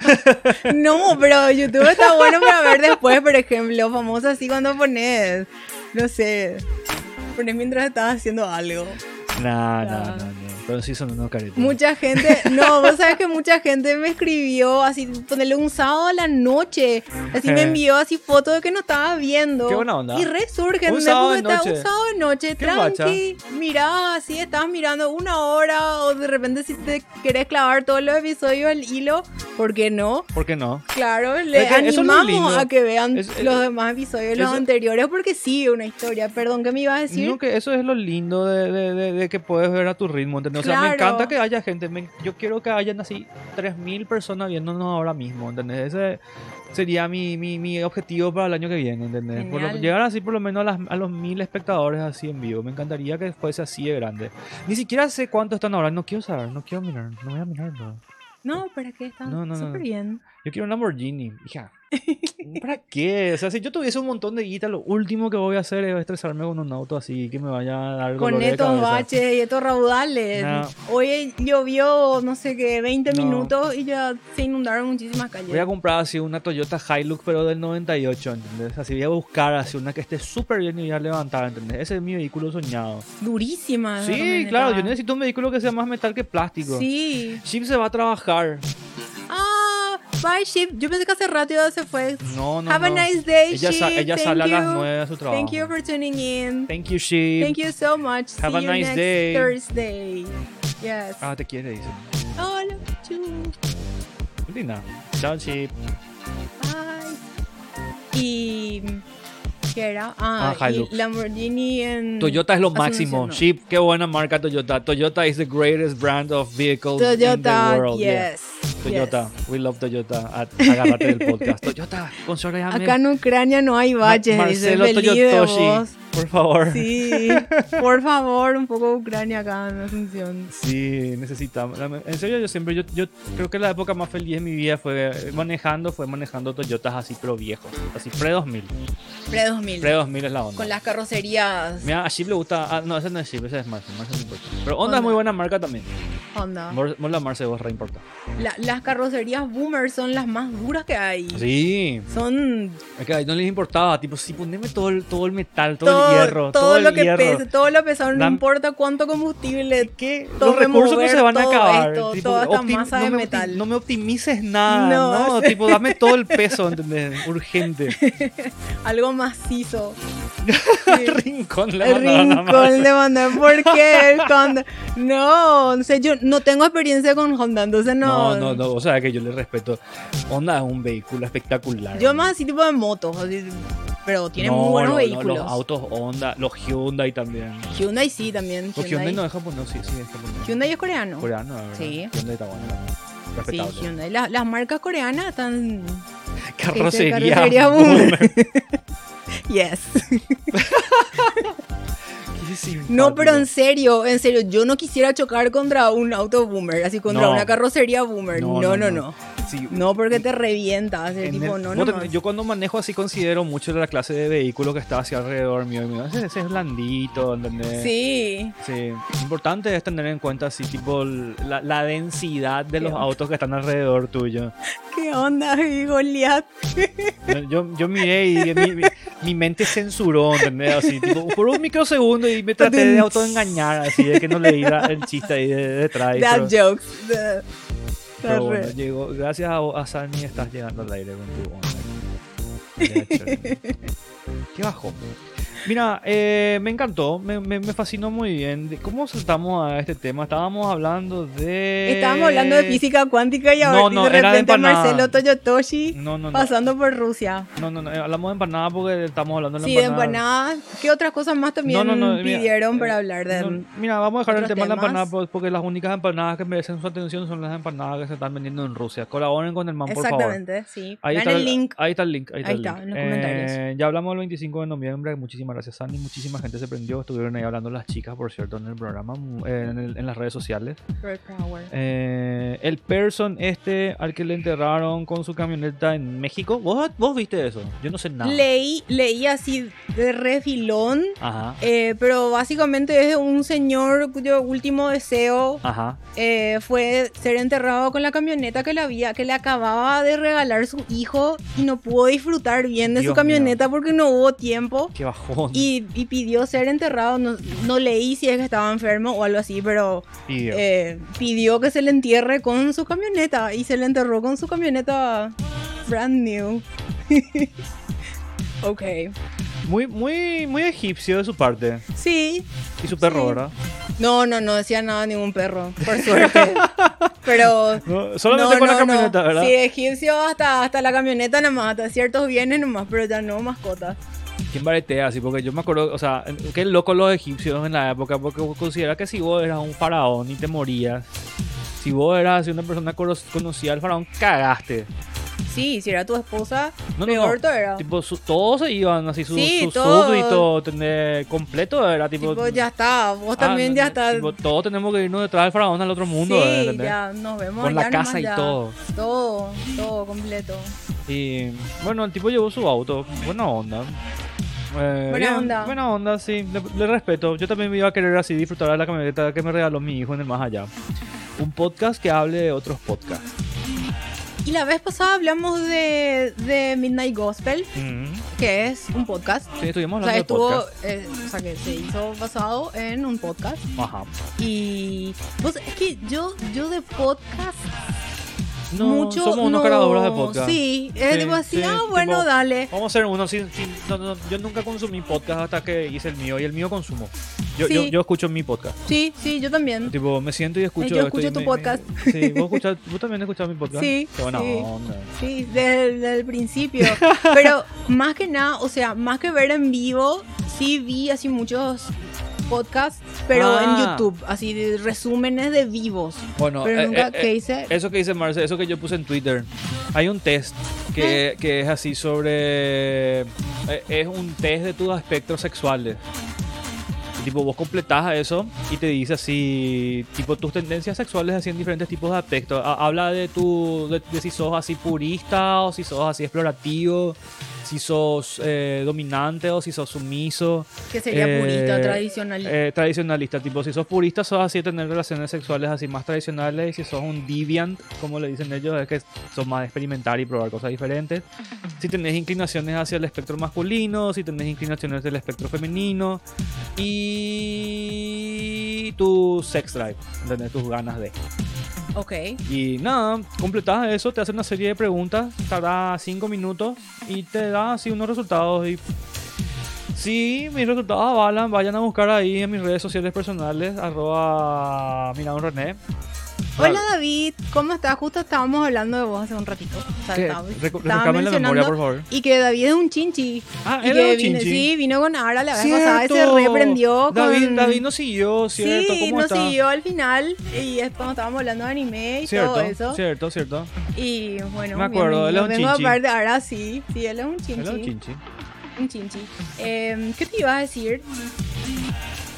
No, pero YouTube está bueno para ver después, por ejemplo, famoso así cuando pones, no sé, pones mientras estás haciendo algo. Nah, Ya. nah, nah, nah. Pero sí son unos caretas. Mucha gente, no, vos sabes que mucha gente me escribió así, ponerle un sábado a la noche, así me envió así fotos de que no estaba viendo. Qué buena onda. Y resurge, Un ¿entendés? sábado Porque de está noche. un sábado de noche, Qué tranqui, mirá, así estás mirando una hora, o de repente si te querés clavar todos los episodios al hilo, ¿por qué no? ¿Por qué no? Claro, le Es que eso es lo animamos lindo. a que vean Es- es- los demás episodios, los eso- anteriores, porque sigue una historia. Perdón, ¿qué me ibas a decir? No, que eso es lo lindo de, de- de- de que puedes ver a tu ritmo, ¿entendés? O sea, me Claro. encanta que haya gente. me- yo quiero que hayan así tres mil personas viéndonos ahora mismo, ¿entendés? Ese sería mi, mi, mi objetivo para el año que viene, ¿entendés? Por lo- Genial. llegar así por lo menos a, las- a los mil espectadores así en vivo. Me encantaría que fuese así de grande. Ni siquiera sé cuántos están ahora. No quiero saber, no quiero mirar. No voy a mirar, no. No, ¿para qué? Está No, no, no. súper bien. Yo quiero un Lamborghini, hija. ¿Para qué? O sea, si yo tuviese un montón de guita, lo último que voy a hacer es estresarme con un auto así que me vaya a dar Con dolor de estos cabeza. baches y estos raudales. No. Hoy llovió, no sé qué, veinte No. minutos y ya se inundaron muchísimas calles. Voy a comprar así una Toyota Hilux, pero del noventa y ocho, ¿entendés? Así voy a buscar así una que esté súper bien y voy a levantar, ¿entendés? Ese es mi vehículo soñado. Durísima. esa Sí, camioneta. claro, yo necesito un vehículo que sea más metal que plástico. Sí. Chip se va a trabajar. Ah, bye, Ship. Yo pensé que hace rato ya se fue. No, no, Have no. a nice day, Ella, sa- Ship. ella Thank sale a las you. nueve a su trabajo. Thank you for tuning in. Thank you, Chip. Thank you so much. Have See a you nice next day. Thursday. Yes. Ah, te quiere, dice. Hola, chu. Linda. Chao, Chip. Bye. Y ¿qué era? Ah, Ah, y Hilux. Lamborghini en Toyota es lo Asunción, máximo. ¿no? Chip, qué buena marca Toyota. Toyota is the greatest brand of vehicles in the Toyota, world. yeah. yes. Toyota, yes. we love Toyota. A- Agárrate del podcast. Toyota, consorciame. Acá en Ucrania no hay baches, Ma- dice Marcelo feliz de Toyotoshi, vos. por favor. Sí, por favor, un poco Ucrania acá en Asunción. Sí, necesitamos. En serio, yo siempre, yo, yo creo que la época más feliz de mi vida fue manejando, fue manejando Toyotas así, pero viejos. Así, pre dos mil. Pre dos mil. Pre dos mil es la onda. Con las carrocerías Mira, a Jeep le gusta. Ah, no, ese no es Jeep, ese es Marce. Marce no importa. Pero Honda Honda. es muy buena marca también. Honda. Mor- La Marce vos re importa. La- las carrocerías Boomer son las más duras que hay. Sí. Son Es que a ellos no les importaba. Tipo, si poneme todo el, todo el metal, todo, todo, el hierro, todo, todo el lo que hierro. pese, todo lo pesado, no Dam- importa cuánto combustible. ¿Qué? Los Todo recursos no remover se van a todo acabar. esto, Tipo, toda esta optim- masa no de me opti- metal. no me optimices nada, No. ¿no? Tipo, dame todo el peso, ¿entendés? Urgente. Algo macizo. El rincón le El mandaron a Marce. rincón le mandé. ¿Por qué? El Honda. No, no sé, yo no tengo experiencia con Honda, entonces no. No, no, no. O sea, que yo le respeto. Honda es un vehículo espectacular. Yo más así tipo de motos, así, pero tiene No, muy buenos no, no, vehículos. los autos Honda, los Hyundai también. Hyundai sí también. Los Hyundai, Hyundai no es japonés, sí, sí, es japonés. Hyundai es coreano. Coreano, la verdad. Sí. Hyundai está bueno. Sí, Respetable. Hyundai. La- las marcas coreanas están. Carrocería. Carrocería Boomer. Yes. Qué simpático. No, pero en serio, en serio, yo no quisiera chocar contra un auto boomer, así contra No. una carrocería boomer. No, No, no, no, no. no. Sí. No porque te revienta, así, En tipo, el- no, vos no. te- yo cuando manejo así considero mucho la clase de vehículo que está hacia alrededor mío. y mío, Ese, ese es blandito, ¿entendés? Sí, Sí. Importante es tener en cuenta así tipo el- la, la densidad de Qué los onda. autos que están alrededor tuyo. ¿qué onda, y Goliat? Yo, yo miré y mi, mi, mi mente censuró, ¿entendés? Así, tipo, por un microsegundo y me traté de autoengañar, así, de que no leí la- el chiste ahí de, detrás. Dad Pero, jokes. The- pero the bueno, re- llegó, gracias a, a Sani estás llegando al aire con tu onda. Qué chévere. Qué bajón. Mira, eh, me encantó, me, me, me fascinó muy bien. De- ¿Cómo saltamos a este tema? Estábamos hablando de... Estábamos hablando de física cuántica y No, ahora no, de era de repente empanada. Marcelo Toyotoshi No, no, no. pasando por Rusia. No, no, no, eh, hablamos de empanada porque estamos hablando de la Sí, de empanada. empanadas. ¿Qué otras cosas más también No, no, no, mira, pidieron eh, para hablar de no, mira, vamos a dejar el otros tema de la temas? empanada por- porque las únicas empanadas que merecen su atención son las empanadas que se están vendiendo en Rusia. Colaboren con el man, por favor. Exactamente, sí. Ahí Vean está el link. Ahí está el link. Ahí está, Ahí el está, link. en los comentarios. Eh, ya hablamos el veinticinco de noviembre. Muchísimas gracias, Sandy. Muchísima gente se prendió. Estuvieron ahí hablando las chicas, por cierto, en el programa, eh, en, el- en las redes sociales. Red Power. Eh, el person este al que le enterraron con su camioneta en México. ¿Vos, vos viste eso? Yo no sé nada. Leí, leí así de refilón, Ajá. eh, pero básicamente es un señor cuyo último deseo Ajá. eh, fue ser enterrado con la camioneta que le había, que le acababa de regalar su hijo y no pudo disfrutar bien de Dios su camioneta porque no hubo tiempo. Qué bajón. Y, y pidió ser enterrado, no, no leí si es que estaba enfermo o algo así, pero Y, eh, pidió que se le entierre con su camioneta y se le enterró con su camioneta brand new. Ok, muy, muy, muy egipcio de su parte. sí. Y su perro, Sí. ¿verdad? No, no, no decía nada ningún perro, por suerte. Pero No, solamente no, con la no, camioneta, no. ¿verdad? Sí, egipcio hasta, hasta la camioneta nomás, hasta ciertos bienes nomás, pero ya no mascotas. ¿Quién baretea así? Porque yo me acuerdo, o sea, qué loco los egipcios en la época, porque vos consideras que si vos eras un faraón y te morías, si vos eras así una persona cono- conocida al faraón, cagaste. Sí, si era tu esposa, No, no, peor no. todavía. Tipo, su- todos se iban así, su, Sí, su todo. súbdito, tener completo era tipo... Tipo, ya está, vos ah, también no, ya no, estás. tipo, todos tenemos que irnos detrás del faraón al otro mundo, Sí, ¿entendés? ya nos vemos Con la allá casa nomás y ya. todo. Todo, todo completo. Y bueno, el tipo llevó su auto, buena onda. Eh, Buena bien, onda. Buena onda, sí, le, le respeto. Yo también me iba a querer así disfrutar de la camioneta que me regaló mi hijo en el más allá. Un podcast que hable de otros podcasts. Y la vez pasada hablamos de, de Midnight Gospel, Mm. que es un podcast. Sí, estuvimos O sea, hablando de estuvo, podcast. eh, o sea, que se hizo basado en un podcast. Ajá. Y pues es que yo, yo de podcast No, mucho somos unos no, creadores de podcast. Sí, es Sí, tipo así, sí, ah, tipo, bueno, dale. Vamos a hacer uno sin, sin- no, no, yo nunca consumí podcast hasta que hice el mío y el mío consumo. Yo, Sí. yo, yo escucho mi podcast. Sí, sí, yo también. Tipo, me siento y escucho Yo esto escucho y tu me- podcast. me- sí, ¿vos, escuchás- ¿vos también escuchás mi podcast? Sí, Qué buena sí. onda. Sí, desde, desde el principio. Pero más que nada, o sea, más que ver en vivo, sí vi así muchos podcasts, pero Ah. en YouTube, así de resúmenes de vivos. Bueno, Pero eh, nunca, eh, ¿qué eh, hice? eso que dice Marce, eso que yo puse en Twitter. Hay un test que, que es así sobre... eh, es un test de tus aspectos sexuales. Y tipo, vos completás eso y te dice así, tipo, tus tendencias sexuales así en diferentes tipos de aspectos. Ha- Habla de tu, de, de si sos así purista o si sos así explorativo, si sos eh, dominante o si sos sumiso. Que sería eh, purista, tradicionalista. Eh, tradicionalista, tipo, si sos purista sos así de tener relaciones sexuales así más tradicionales, y si sos un deviant, como le dicen ellos, es que sos más de experimentar y probar cosas diferentes. Si tenés inclinaciones hacia el espectro masculino, si tenés inclinaciones del espectro femenino, y tu sex drive, ¿entendés? Tus ganas de. Ok. Y nada, completás eso, te hace una serie de preguntas, tarda cinco minutos y te da así unos resultados. Y sí, mis resultados avalan, vayan a buscar ahí en mis redes sociales personales, arroba Miradon René. Hola David, ¿cómo estás? Justo estábamos hablando de vos hace un ratito. O sea, ¿Qué? estaba- Recu- estaba refrescame la memoria, mencionando por favor. Y que David es un chinchi. Ah, Y él que es un vino- chinchi. Sí, vino con Ara la vez pasada y se ¡Cierto! reprendió con... David, David nos siguió, ¿cierto? Sí, ¿Cómo nos está? siguió al final y es cuando estábamos hablando de anime y Cierto, todo eso. cierto, cierto. Y bueno, Me acuerdo, él es un bienvenido. Vengo chinchi. aparte ahora sí, sí, él es un chinchi. Él es un chinchi. Un chinchi. Eh, ¿Qué te iba a decir?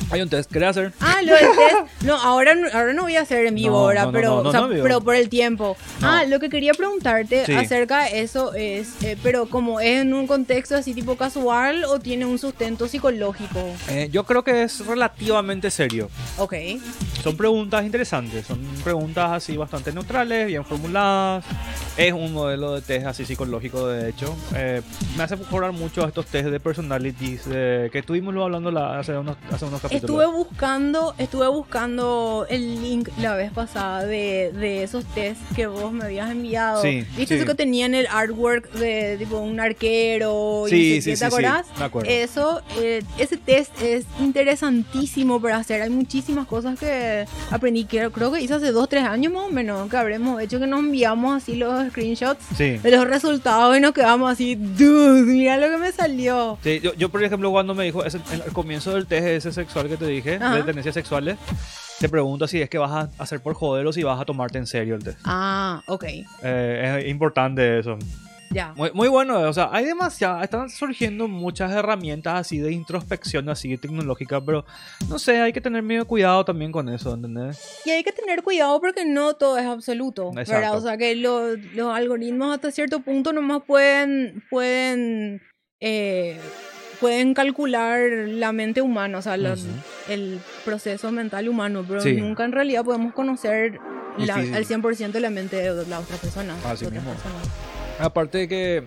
Hay un test, ¿querés hacer? Ah, lo del test. No, ahora, no- ahora no voy a hacer en vivo, No, ahora, no, no, pero, no, no, o sea, no en vivo. pero por el tiempo. No. Ah, lo que quería preguntarte Sí. acerca de eso es, eh, pero como es en un contexto así tipo casual o tiene un sustento psicológico. Eh, yo creo que es relativamente serio. Ok. Son preguntas interesantes, son preguntas así bastante neutrales, bien formuladas. Es un modelo de test así psicológico, de hecho. Eh, me hace recordar mucho a estos test de personalities eh, que estuvimos hablando la- hace, unos, hace unos capítulos. Estuve buscando, estuve buscando el link la vez pasada de, de esos tests que vos me habías enviado. Sí, ¿Viste sí. eso que tenían el artwork de tipo un arquero? Sí, y no sé sí, qué, sí, ¿te acordás? sí, me acuerdo. Eso, eh, ese test es interesantísimo para hacer. Hay muchísimas cosas que aprendí, que creo que hice hace dos, tres años más o menos, que habremos hecho que nos enviamos así los screenshots Sí. de los resultados y nos quedamos así, dude, mira lo que me salió. Sí, yo, yo, por ejemplo, cuando me dijo ese, el, el comienzo del test ese sexual que te dije, Ajá. de tendencias sexuales, te pregunta si es que vas a hacer por joder o si vas a tomarte en serio el test. Ah, ok, Eh, es importante eso. ya. Muy, muy bueno, o sea, hay demasiadas, están surgiendo muchas herramientas así de introspección, así tecnológica, pero no sé, hay que tener medio cuidado también con eso, ¿entendés? Y hay que tener cuidado porque no todo es absoluto, ¿verdad? Exacto. O sea que lo- los algoritmos hasta cierto punto nomás pueden, pueden, eh, pueden calcular la mente humana, o sea, la- Ujú. el proceso mental humano, pero Sí. nunca en realidad podemos conocer la- Difícil. al cien por ciento la mente de la otra persona. Así de otras mismo. personas. Aparte de que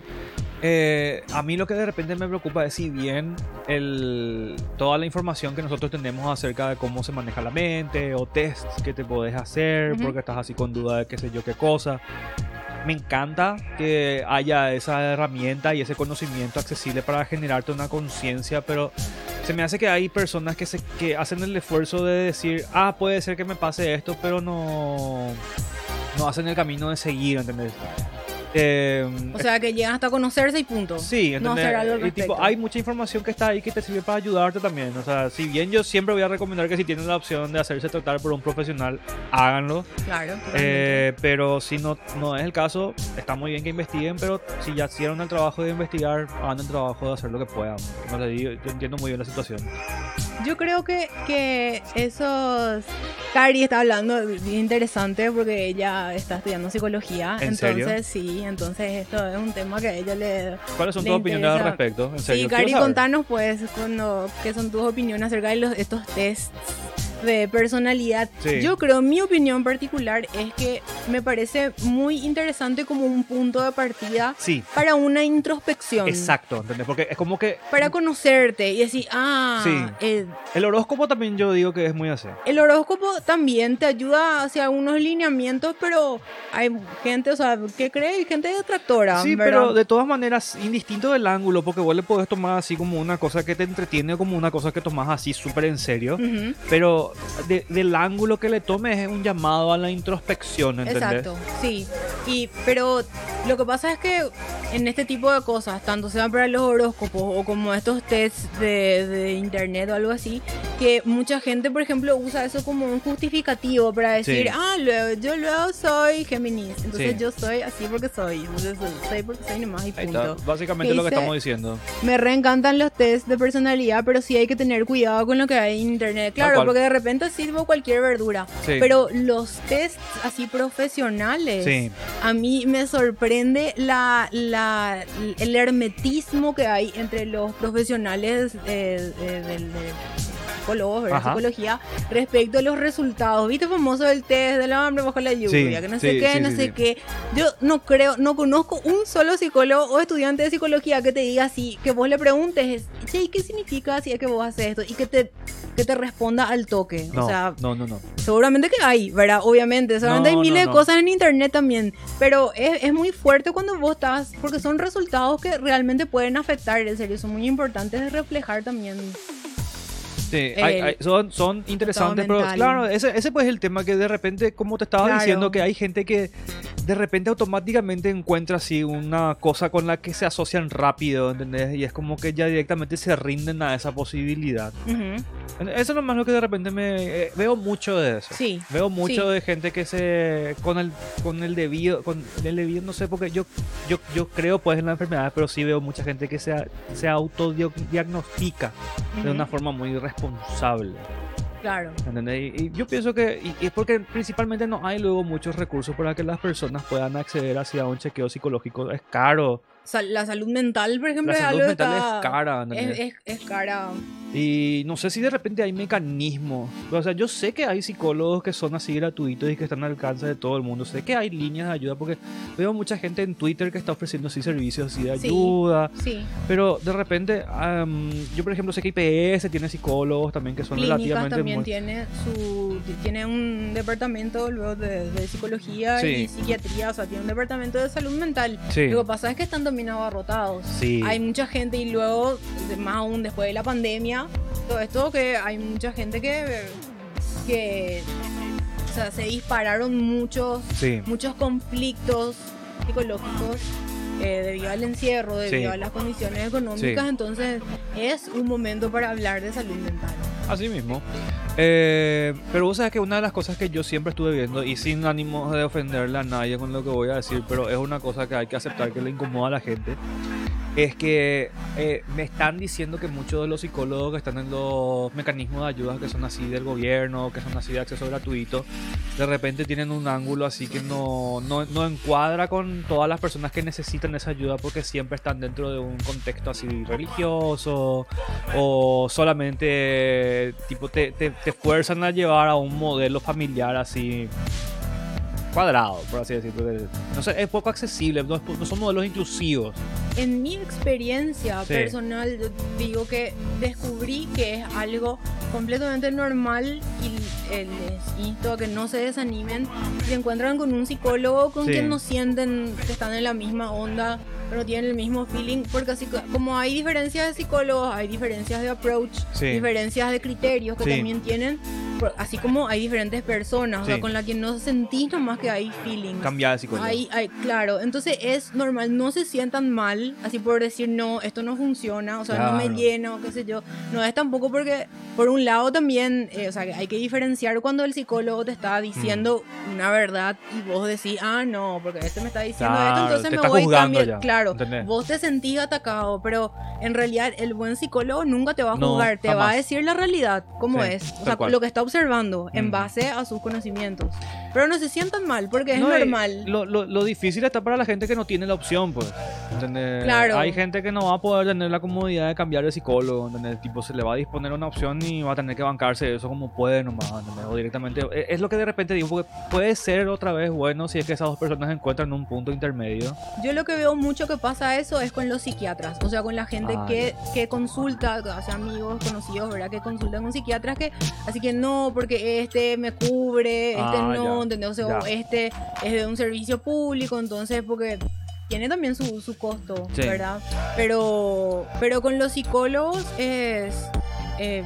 eh, a mí lo que de repente me preocupa es si bien el, toda la información que nosotros tenemos acerca de cómo se maneja la mente o tests que te podés hacer Ujú. porque estás así con duda de qué sé yo qué cosa. Me encanta que haya esa herramienta y ese conocimiento accesible para generarte una conciencia, pero se me hace que hay personas que, se, que hacen el esfuerzo de decir, ah, puede ser que me pase esto, pero no, no hacen el camino de seguir, ¿entendés? Eh, O sea que llegan hasta conocerse y punto. Sí, no ¿entendés? hacer algo al Y tipo, respecto. hay mucha información que está ahí que te sirve para ayudarte también. O sea, si bien yo siempre voy a recomendar que si tienen la opción de hacerse tratar por un profesional, háganlo. Claro, totalmente. Eh, pero si no, no es el caso, está muy bien que investiguen, pero si ya hicieron el trabajo de investigar, hagan el trabajo de hacer lo que puedan. No les digo, yo entiendo muy bien la situación. Yo creo que, que esos... Cari está hablando, bien interesante, porque ella está estudiando psicología. ¿En entonces, serio? sí, entonces esto es un tema que a ella le... ¿Cuáles son le tus opiniones al interesa. respecto? En serio, Sí, quiero Cari, saber. contanos pues cuando, qué son tus opiniones acerca de los, estos tests de personalidad. Sí. Yo creo, mi opinión particular es que me parece muy interesante como un punto de partida Sí, para una introspección. exacto, ¿entendés? Porque es como que Para conocerte y decir, ah, Sí. eh, el horóscopo también yo digo que es muy así. el horóscopo también te ayuda hacia algunos lineamientos, pero hay gente, o sea, que cree y gente detractora. Sí, ¿verdad? pero de todas maneras, indistinto del ángulo, porque vos le podés tomar así como una cosa que te entretiene o como una cosa que tomás así súper en serio. Ujú, Pero de- del ángulo que le tomes es un llamado a la introspección, ¿entendés? exacto, sí. Y, pero lo que pasa es que en este tipo de cosas, tanto sea para los horóscopos o como estos tests de, de internet o algo así, que mucha gente, por ejemplo, usa eso como un justificativo para decir, Sí. ah, luego, yo luego soy Géminis, entonces Sí. yo soy así porque soy, entonces soy porque soy nomás y Ahí punto. está, básicamente ¿Qué lo que dice? estamos diciendo. Me reencantan los test de personalidad, pero sí hay que tener cuidado con lo que hay en internet. Claro, cual. porque de repente sirve cualquier verdura. Sí. Pero los tests así profesionales, Sí. a mí me sorprende la, la, el hermetismo que hay entre los profesionales eh, de- del de psicólogos, ¿verdad? Ajá. Psicología, respecto a los resultados. ¿Viste famoso el test del hambre bajo la lluvia? Sí, que no sé sí, qué, sí, no sí, sé sí. qué. Yo no creo, no conozco un solo psicólogo o estudiante de psicología que te diga así, que vos le preguntes, che, ¿y qué significa si es que vos haces esto? Y que te, que te responda al toque. No, O sea, no, no, no. seguramente que hay, ¿verdad? Obviamente, seguramente No, hay miles no, de no. cosas en internet también, pero es, es muy fuerte cuando vos estás, porque son resultados que realmente pueden afectar, en serio, son muy importantes de reflejar también. Sí, El hay- hay- son, son interesantes, estado pero mental. claro, ese, ese pues es el tema que de repente, como te estaba Claro. diciendo, que hay gente que de repente automáticamente encuentra así una cosa con la que se asocian rápido, ¿entendés? Y es como que ya directamente se rinden a esa posibilidad. Ujú. Eso nomás lo que de repente me... eh, veo mucho de eso. Sí, Veo mucho sí. de gente que se... Con el, con el debido... Con el debido, no sé, porque yo, yo, yo creo pues en la enfermedad, pero sí veo mucha gente que se, se autodiagnostica de una Ujú. forma muy irresponsable. Claro. ¿Entendés? Y, y yo pienso que y, y es porque principalmente no hay luego muchos recursos para que las personas puedan acceder hacia un chequeo psicológico. Es caro. Sal- la salud mental, por ejemplo, La es salud algo que mental está... es cara, Es, ¿entendés? es, es cara. Y no sé si de repente hay mecanismos. O sea, yo sé que hay psicólogos que son así gratuitos y que están al alcance de todo el mundo. Sé que hay líneas de ayuda porque veo mucha gente en Twitter que está ofreciendo así servicios así de Sí. ayuda. Sí. Pero de repente, am, yo por ejemplo sé que I P S tiene psicólogos también que son Clínicas relativamente también muy... tiene su tiene un departamento luego de, de psicología Sí. y psiquiatría, o sea, tiene un departamento de salud mental. Sí. Lo que pasa es que están también abarrotados. Sí. Hay mucha gente y luego, de- más aún después de la pandemia, todo esto que hay mucha gente que, que o sea, se dispararon muchos, Sí. muchos conflictos psicológicos eh, debido al encierro, debido Sí. a las condiciones económicas, Sí. entonces es un momento para hablar de salud mental. Así mismo. Eh, pero vos sabés que una de las cosas que yo siempre estuve viendo, y sin ánimo de ofenderle a nadie con lo que voy a decir, pero es una cosa que hay que aceptar que le incomoda a la gente, es que eh, me están diciendo que muchos de los psicólogos que están en los mecanismos de ayuda que son así del gobierno, que son así de acceso gratuito, de repente tienen un ángulo así que no, no, no encuadra con todas las personas que necesitan esa ayuda porque siempre están dentro de un contexto así religioso o solamente tipo te, te, te fuerzan a llevar a un modelo familiar así cuadrado, por así decirlo. No sé, es poco accesible, no, es- no son modelos inclusivos. En mi experiencia Sí. personal, yo digo que descubrí que es algo completamente normal y eh, les insto a que no se desanimen si se encuentran con un psicólogo con Sí. quien no sienten que están en la misma onda, pero tienen el mismo feeling, porque así co- como hay diferencias de psicólogos, hay diferencias de approach, Sí. diferencias de criterios que Sí. también tienen, por- así como hay diferentes personas, o Sí. sea, con la que no sentís nomás que hay feeling. Cambiar de psicólogo. Hay, hay- claro, entonces es normal, no se sientan mal, así por decir, no, esto no funciona, o sea, no me Claro. llena, o qué sé yo. No es tampoco porque, por un lado también, eh, o sea, que hay que diferenciar cuando el psicólogo te está diciendo una verdad y vos decís, ah, no, porque este me está diciendo Claro, esto, entonces te me está voy a juzgando cambiar. ya, Claro, ¿entendés? vos te sentís atacado, pero en realidad el buen psicólogo nunca te va a No, juzgar, te va jamás. a decir la realidad, cómo Sí, es, o tal sea, cual. lo que está observando, en Mm. base a sus conocimientos. Pero no se sientan mal, porque es No, y normal. Lo, lo, lo difícil está para la gente que no tiene la opción, pues. ¿Entendés? Claro. Hay gente que no va a poder tener la comodidad de cambiar de psicólogo, ¿entendés? Tipo, se le va a disponer una opción y va a tener que bancarse eso como puede nomás, ¿entendés? O directamente. Es es lo que de repente digo, porque puede ser otra vez bueno si es que esas dos personas encuentran un punto intermedio. Yo lo que veo mucho que pasa eso es con los psiquiatras, o sea, con la gente Ah, que, que consulta, o sea, amigos conocidos, ¿verdad? Que consultan con psiquiatras, que así que no, porque este me cubre, este Ah, no, ya, ¿entendés? O sea, ya. este es de un servicio público, entonces, porque tiene también su, su costo, Sí. ¿verdad? Pero, pero con los psicólogos es... eh,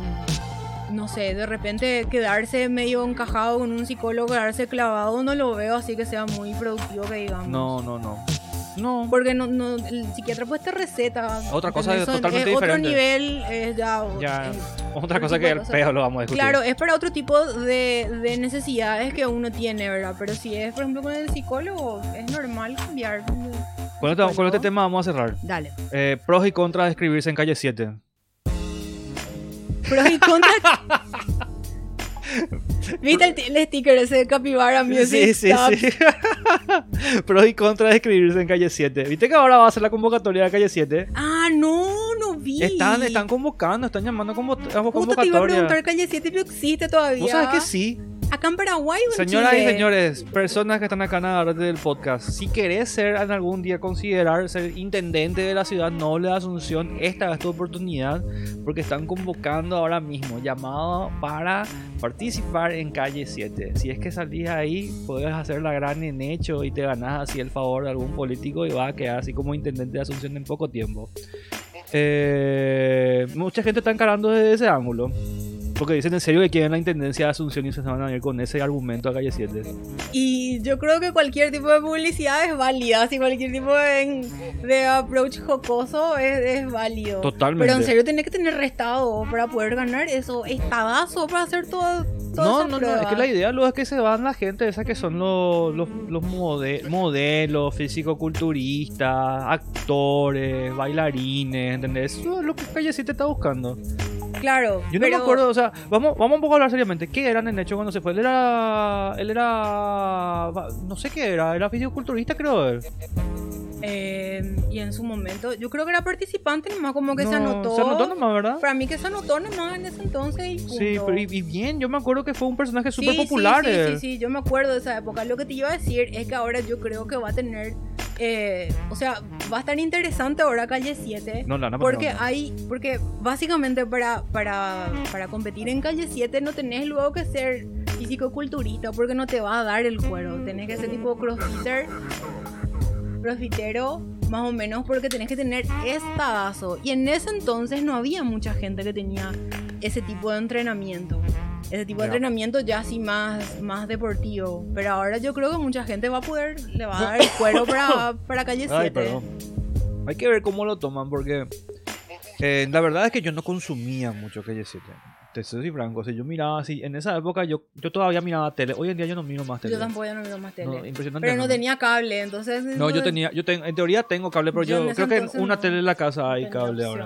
no sé, de repente quedarse medio encajado con un psicólogo, quedarse clavado, no lo veo así que sea muy productivo, que digamos. No, no, no. No. Porque no, no, el psiquiatra pues te receta. Otra cosa ¿entendés? es Son- totalmente es otro diferente. nivel, es ya... Ya. es- Otra otro cosa tipo que de el cosas. peo lo vamos a discutir. Claro, es para otro tipo de, de necesidades que uno tiene, ¿verdad? Pero si es, por ejemplo, con el psicólogo, es normal cambiar. Con este, con este psicólogo. tema vamos a cerrar. Dale. Eh, pros y contras de escribirse en calle siete. Pros y contras. ¿Viste el, t- el sticker ese de Capybara Music? Sí, sí, Stop? sí. Pros y contras de escribirse en calle siete. ¿Viste que ahora va a ser la convocatoria de calle siete? Ah, no, no vi. Están, están convocando, están llamando a convo- a Justo te iba a convocatoria. preguntar, Calle siete, pero existe todavía. ¿Vos sabés que sí? Acá en Paraguay o en Señoras y Chile? señores, personas que están acá en la del podcast, si querés ser en algún día considerar ser intendente de la ciudad noble de Asunción, esta es tu oportunidad porque están convocando ahora mismo llamado para participar en calle siete. Si es que salís ahí, podés hacer la gran en hecho y te ganás así el favor de algún político y vas a quedar así como intendente de Asunción en poco tiempo. Eh, mucha gente está encarando desde ese ángulo. Porque dicen en serio que quieren la intendencia de Asunción y se van a ir con ese argumento a Calle siete. Y yo creo que cualquier tipo de publicidad es válida, si cualquier tipo de, de approach jocoso es, es válido. Totalmente. Pero en serio tenés que tener restado para poder ganar eso, estadazo para hacer todo. No, no, no, es que la idea luego es que se van la gente esa que son los, los, los mode- modelos, físico-culturistas, actores, bailarines, ¿entendés? Eso es lo que Calle siete está buscando. Claro, Yo no pero... me acuerdo, o sea, vamos, vamos un poco a hablar seriamente. ¿Qué eran en hecho cuando se fue? Él era. Él era. No sé qué era, era fisiculturista, creo. Él. Eh, y en su momento, yo creo que era participante nomás, como que No, se anotó. Se anotó nomás, ¿verdad? Para mí que se anotó nomás en ese entonces y punto. Sí, pero y, y bien, yo me acuerdo que fue un personaje súper Sí, popular. Sí, sí, él. sí, sí, yo me acuerdo de esa época. Lo que te iba a decir es que ahora yo creo que va a tener. Eh, o sea, va a estar interesante ahora Calle siete. No, no, no, porque no, no. hay. Porque básicamente para, para, para competir en Calle siete no tenés luego que ser físico-culturista porque no te va a dar el cuero. Tenés que ser tipo crossfitter. Crossfitero, más o menos, porque tenés que tener estadazo. Y en ese entonces no había mucha gente que tenía ese tipo de entrenamiento. Ese tipo de Ya. entrenamiento ya así más, más deportivo. Pero ahora yo creo que mucha gente va a poder, le va a dar el cuero para, para Calle siete. Ay, perdón. Hay que ver cómo lo toman porque eh, la verdad es que yo no consumía mucho Calle siete. Te soy franco, o sea, yo miraba así, en esa época yo, yo todavía miraba tele. Hoy en día yo no miro más tele. Yo tampoco ya no miro más tele. No, impresionante. pero no ¿no? tenía cable, entonces... No, yo tenía, yo tengo, en teoría tengo cable, pero Yo en yo, ese creo que en entonces una no- tele en la casa hay tenía cable opción. ahora.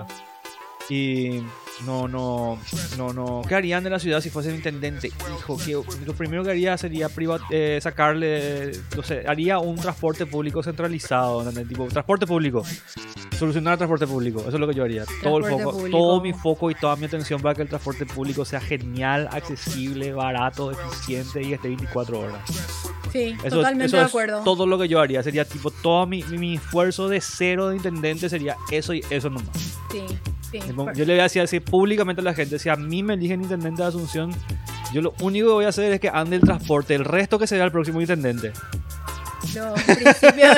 Y no, no, no, no. ¿Qué harían de la ciudad si fuesen intendente? Hijo, que lo primero que haría sería priva- eh, sacarle, no sé, haría un transporte público centralizado, ¿entendés? Tipo, transporte público. Solucionar el transporte público, eso es lo que yo haría. Todo el Transporte foco, público. todo mi foco y toda mi atención para que el transporte público sea genial, accesible, barato, eficiente y esté veinticuatro horas. Sí, Eso, totalmente eso de es acuerdo. todo lo que yo haría. Sería tipo todo mi, mi, mi esfuerzo de cero de intendente sería eso y eso nomás. Sí, sí. Yo le voy a decir así públicamente a la gente, si a mí me eligen intendente de Asunción, yo lo único que voy a hacer es que ande el transporte, el resto que será el próximo intendente. No, en principio...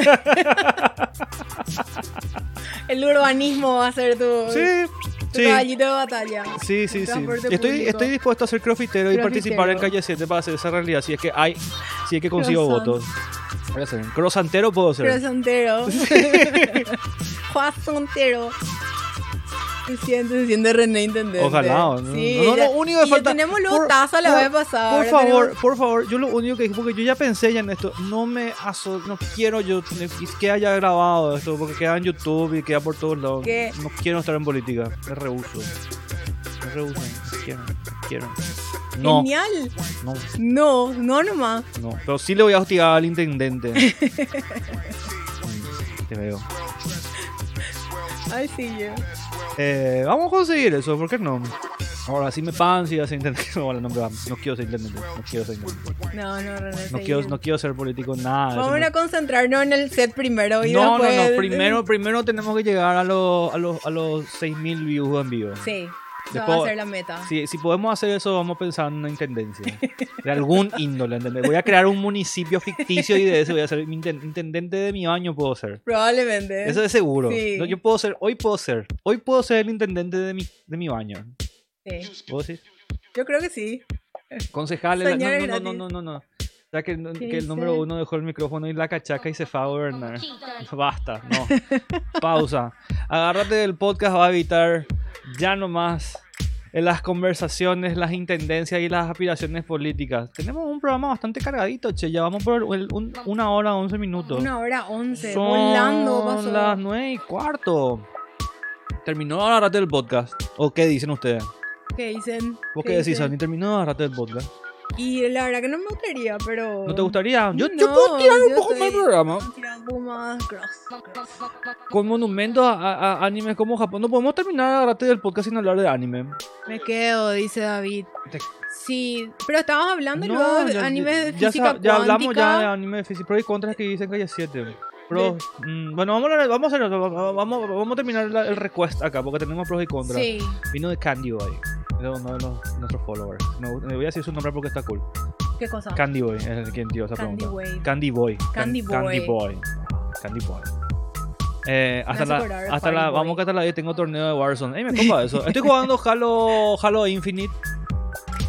el urbanismo va a ser tu, Sí, tu sí. caballito de batalla. Sí, sí, El sí. transporte Estoy, público. estoy dispuesto a ser crossfitero y Crossfitero. participar en Calle siete para hacer esa realidad. Si es que hay, si es que consigo Croissant. votos. Voy a hacer. Crossantero puedo ser. Croissantero. Croissantero. Se siente, se siente René Intendente. Ojalá. No, Sí, no, no, ya- lo único que y falta. ya tenemos por- los tazos la por- vez pasada. Por ahora favor, tenemos- por favor, yo lo único que dije, porque yo ya pensé ya en esto, no me aso, no quiero yo que haya grabado esto, porque queda en YouTube y queda por todos lados. ¿Qué? No quiero estar en política, me rehuso. Me rehuso, no quiero, no quiero. No, Genial. no, No, no nomás. no, pero sí le voy a hostigar al intendente. Te veo. Ay, sí, yo. Eh, vamos a conseguir eso, ¿por qué no? Ahora sí me pagan si ya ser intendente. No, no, no, no quiero ser intendente, no quiero ser intendente. No, no, René. No seguí. quiero, no quiero ser político, nada. Vamos eso a no- concentrarnos en el set primero. Y No, no, después... no, primero, primero tenemos que llegar a los, a los, a los seis mil views en vivo. Sí, esa Después- va a ser la meta. Si, si podemos hacer eso, vamos a pensar en una intendencia. De algún índole, ¿entendés? Voy a crear un municipio ficticio y de eso voy a ser inten- intendente de mi año, puedo ser. Probablemente. Eso es seguro. Sí. No, yo puedo ser, hoy puedo ser, hoy puedo ser el intendente de mi, de mi baño. Sí. ¿Puedo decir? Yo creo que sí. Concejales, no, Señores no, no, no, gratis. no, no, no. Ya que, no- ¿Qué que el número dice? uno dejó el micrófono y la cachaca y se fue a gobernar. Basta, no. Pausa. Agárrate del podcast, va a evitar ya nomás en las conversaciones, las intendencias y las aspiraciones políticas. Tenemos un programa bastante cargadito, che. Ya vamos por el- un- una hora, once minutos. Una hora once. Son Volando pasó. las nueve y cuarto. Terminó Agárrate del podcast. ¿O qué dicen ustedes? ¿Qué dicen? ¿Vos qué decís, dicen? Sani? Terminó Agárrate del podcast. Y la verdad que no me gustaría, pero... ¿No te gustaría? Yo, yo No, puedo tirar un yo poco más el estoy- programa. Tirar un poco más cross. Con monumentos a, a- a animes como Japón. No podemos terminar Agárrate del podcast sin hablar de anime. Me quedo, dice David. Te- Sí, pero estábamos hablando luego de ya- animes de ya, física sa- ya hablamos ya de cuántica. anime de física. Pro y contras que dicen Calle siete. Pros, mm, bueno, vamos a, vamos, a, vamos, vamos, vamos a terminar la- el request acá porque tenemos pros y contras. Sí, Vino de Candy Boy. Es uno de los, nuestros followers. Me, me voy a decir su nombre porque está cool. ¿qué cosa? Candy Boy es el quien dio esa Candy pregunta. Boy. Candy Boy. Candy Can- Candy Boy. Boy. Candy Boy. Eh, hasta hace la, acordar a hasta Fire la, Boy. vamos que hasta la tengo torneo de Warzone. Ey, me copa eso. Estoy jugando Halo, Halo Infinite.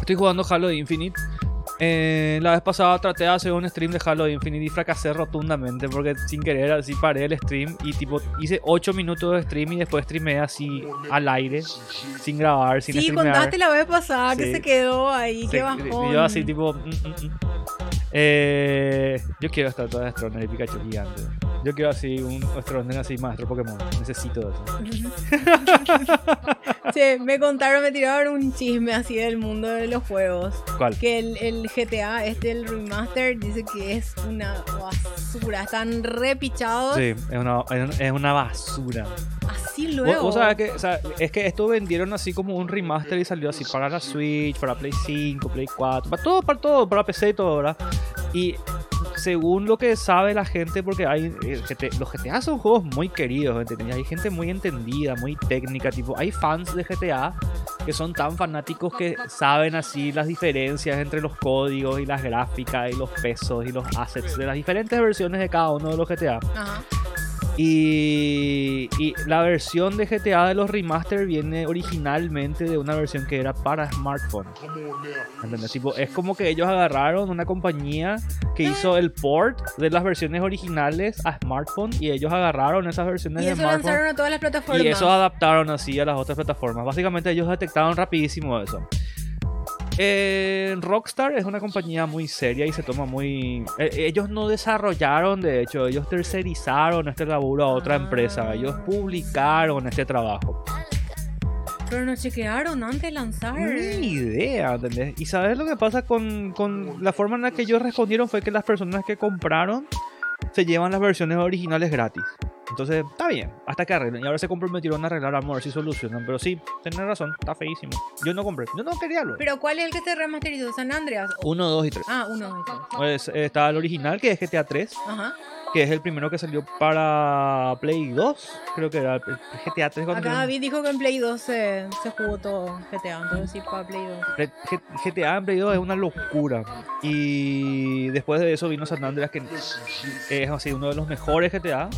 Estoy jugando Halo Infinite. Eh, la vez pasada traté de hacer un stream de Halo Infinite y fracasé rotundamente porque sin querer así paré el stream y tipo hice ocho minutos de stream y después streameé así al aire, sin grabar, sin Sí, streamear. contaste la vez pasada que Sí. se quedó ahí, Se- qué bajón. Yo así tipo... mm, mm, mm. Eh, yo quiero estar toda Stroner y Pikachu gigante. Yo quiero así un Stroner así maestro Pokémon. Necesito eso. Sí, me contaron, me tiraron un chisme así del mundo de los juegos. ¿Cuál? Que el, el G T A, este, el remaster, dice que es una basura. Están repichados. Sí, es una, es una basura. Así Vos, luego. vos sabés que, o sea, es que esto vendieron así como un remaster y salió así para la Switch, para Play cinco, Play cuatro, para todo, para todo, para P C y todo, ¿verdad? Y según lo que sabe la gente, porque hay eh, G T los G T A son juegos muy queridos, ¿entendés? Hay gente muy entendida, muy técnica, tipo, hay fans de G T A que son tan fanáticos que saben así las diferencias entre los códigos y las gráficas y los pesos y los assets de las diferentes versiones de cada uno de los G T A. Ajá. Y, y la versión de G T A de los remaster viene originalmente de una versión que era para smartphone. ¿Entendés? Tipo, es como que ellos agarraron una compañía que hizo el port de las versiones originales a smartphone y ellos agarraron esas versiones Y de eso smartphone lanzaron a todas las plataformas. y eso adaptaron así a las otras plataformas. Básicamente ellos detectaron rapidísimo eso. Eh, Rockstar es una compañía muy seria y se toma muy... eh, ellos no desarrollaron, de hecho, ellos tercerizaron este laburo a otra Ah. empresa. Ellos publicaron este trabajo. Pero no chequearon antes de lanzar. Ni idea, ¿entendés? Y ¿sabes lo que pasa con, con la forma en la que ellos respondieron? Fue que las personas que compraron se llevan las versiones originales gratis. Entonces, está bien, hasta que arreglen. Y ahora se comprometieron a arreglar, vamos a ver si solucionan. Pero sí, tenés razón, está feísimo. Yo no compré, yo no quería lo. Pero ¿cuál es el que se remasterizó? ¿San Andreas? Uno, dos y tres. Ah, uno, dos, tres. Pues, eh, está el original, que es G T A tres, Ajá. que es el primero que salió para Play dos. Creo que era el G T A tres. cuando Acá salió- David dijo que en Play dos se, se jugó todo G T A, entonces sí, para Play dos. G- G- GTA en Play dos es una locura. Y después de eso vino San Andreas, que es así uno de los mejores G T A.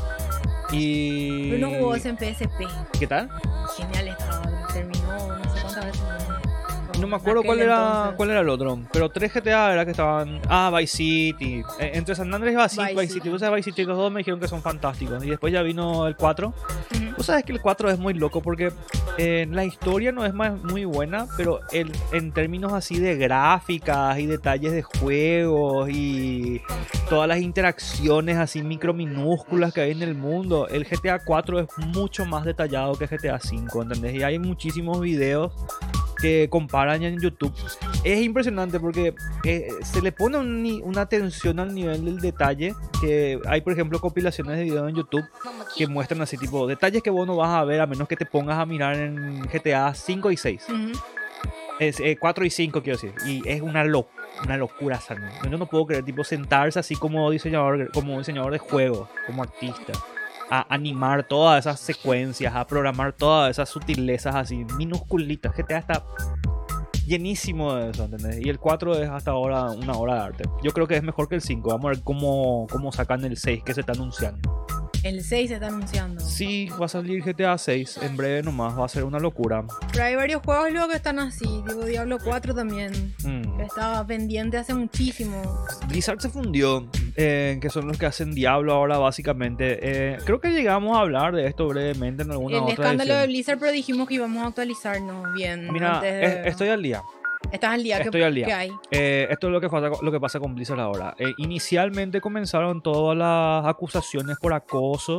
Y... Pero no jugó ese en P S P. ¿Qué tal? Genial estaba, terminó no sé cuántas veces. No me acuerdo En cuál aquel era, entonces. cuál era el otro. Pero tres G T A era que estaban... Ah, Vice City. Eh, entre San Andreas y Vice, Vice Vice City. City. Vos sabés, Vice City, los dos me dijeron que son fantásticos. Y después ya vino el cuatro. Ujú. Vos sabés que el cuatro es muy loco porque eh, la historia no es más, muy buena, pero el, en términos así de gráficas y detalles de juegos y todas las interacciones así micro minúsculas que hay en el mundo, el G T A cuatro es mucho más detallado que G T A cinco, ¿entendés? Y hay muchísimos videos que comparan en YouTube. Es impresionante porque eh, se le pone un ni- una atención al nivel del detalle, que hay por ejemplo compilaciones de videos en YouTube que muestran así tipo detalles que vos no vas a ver a menos que te pongas a mirar en G T A cinco y seis. Ujú. Es, eh, cuatro y cinco quiero decir. Y es una, lo- una locura, Sano. Yo no puedo creer, tipo, sentarse así como diseñador, como diseñador de juegos, como artista, a animar todas esas secuencias, a programar todas esas sutilezas así, minusculitas. G T A está llenísimo de eso, ¿entendés? Y el cuatro es hasta ahora una obra de arte. Yo creo que es mejor que el cinco. Vamos a ver cómo, cómo sacan el seis que se está anunciando. El seis se está anunciando. Sí, va a salir G T A seis en breve nomás, va a ser una locura. Pero hay varios juegos luego que están así. Digo, Diablo cuatro también. Mm. Que estaba pendiente hace muchísimo. Blizzard se fundió, eh, que son los que hacen Diablo ahora básicamente. Eh, creo que llegamos a hablar de esto brevemente en alguna El otra escándalo de edición. Blizzard, pero dijimos que íbamos a actualizarnos bien. Mira, antes de... es- estoy al día. Estás al día. ¿Qué- Estoy al día. ¿Qué hay? Eh, esto es lo que, pasa, lo que pasa con Blizzard ahora. Eh, inicialmente comenzaron todas las acusaciones por acoso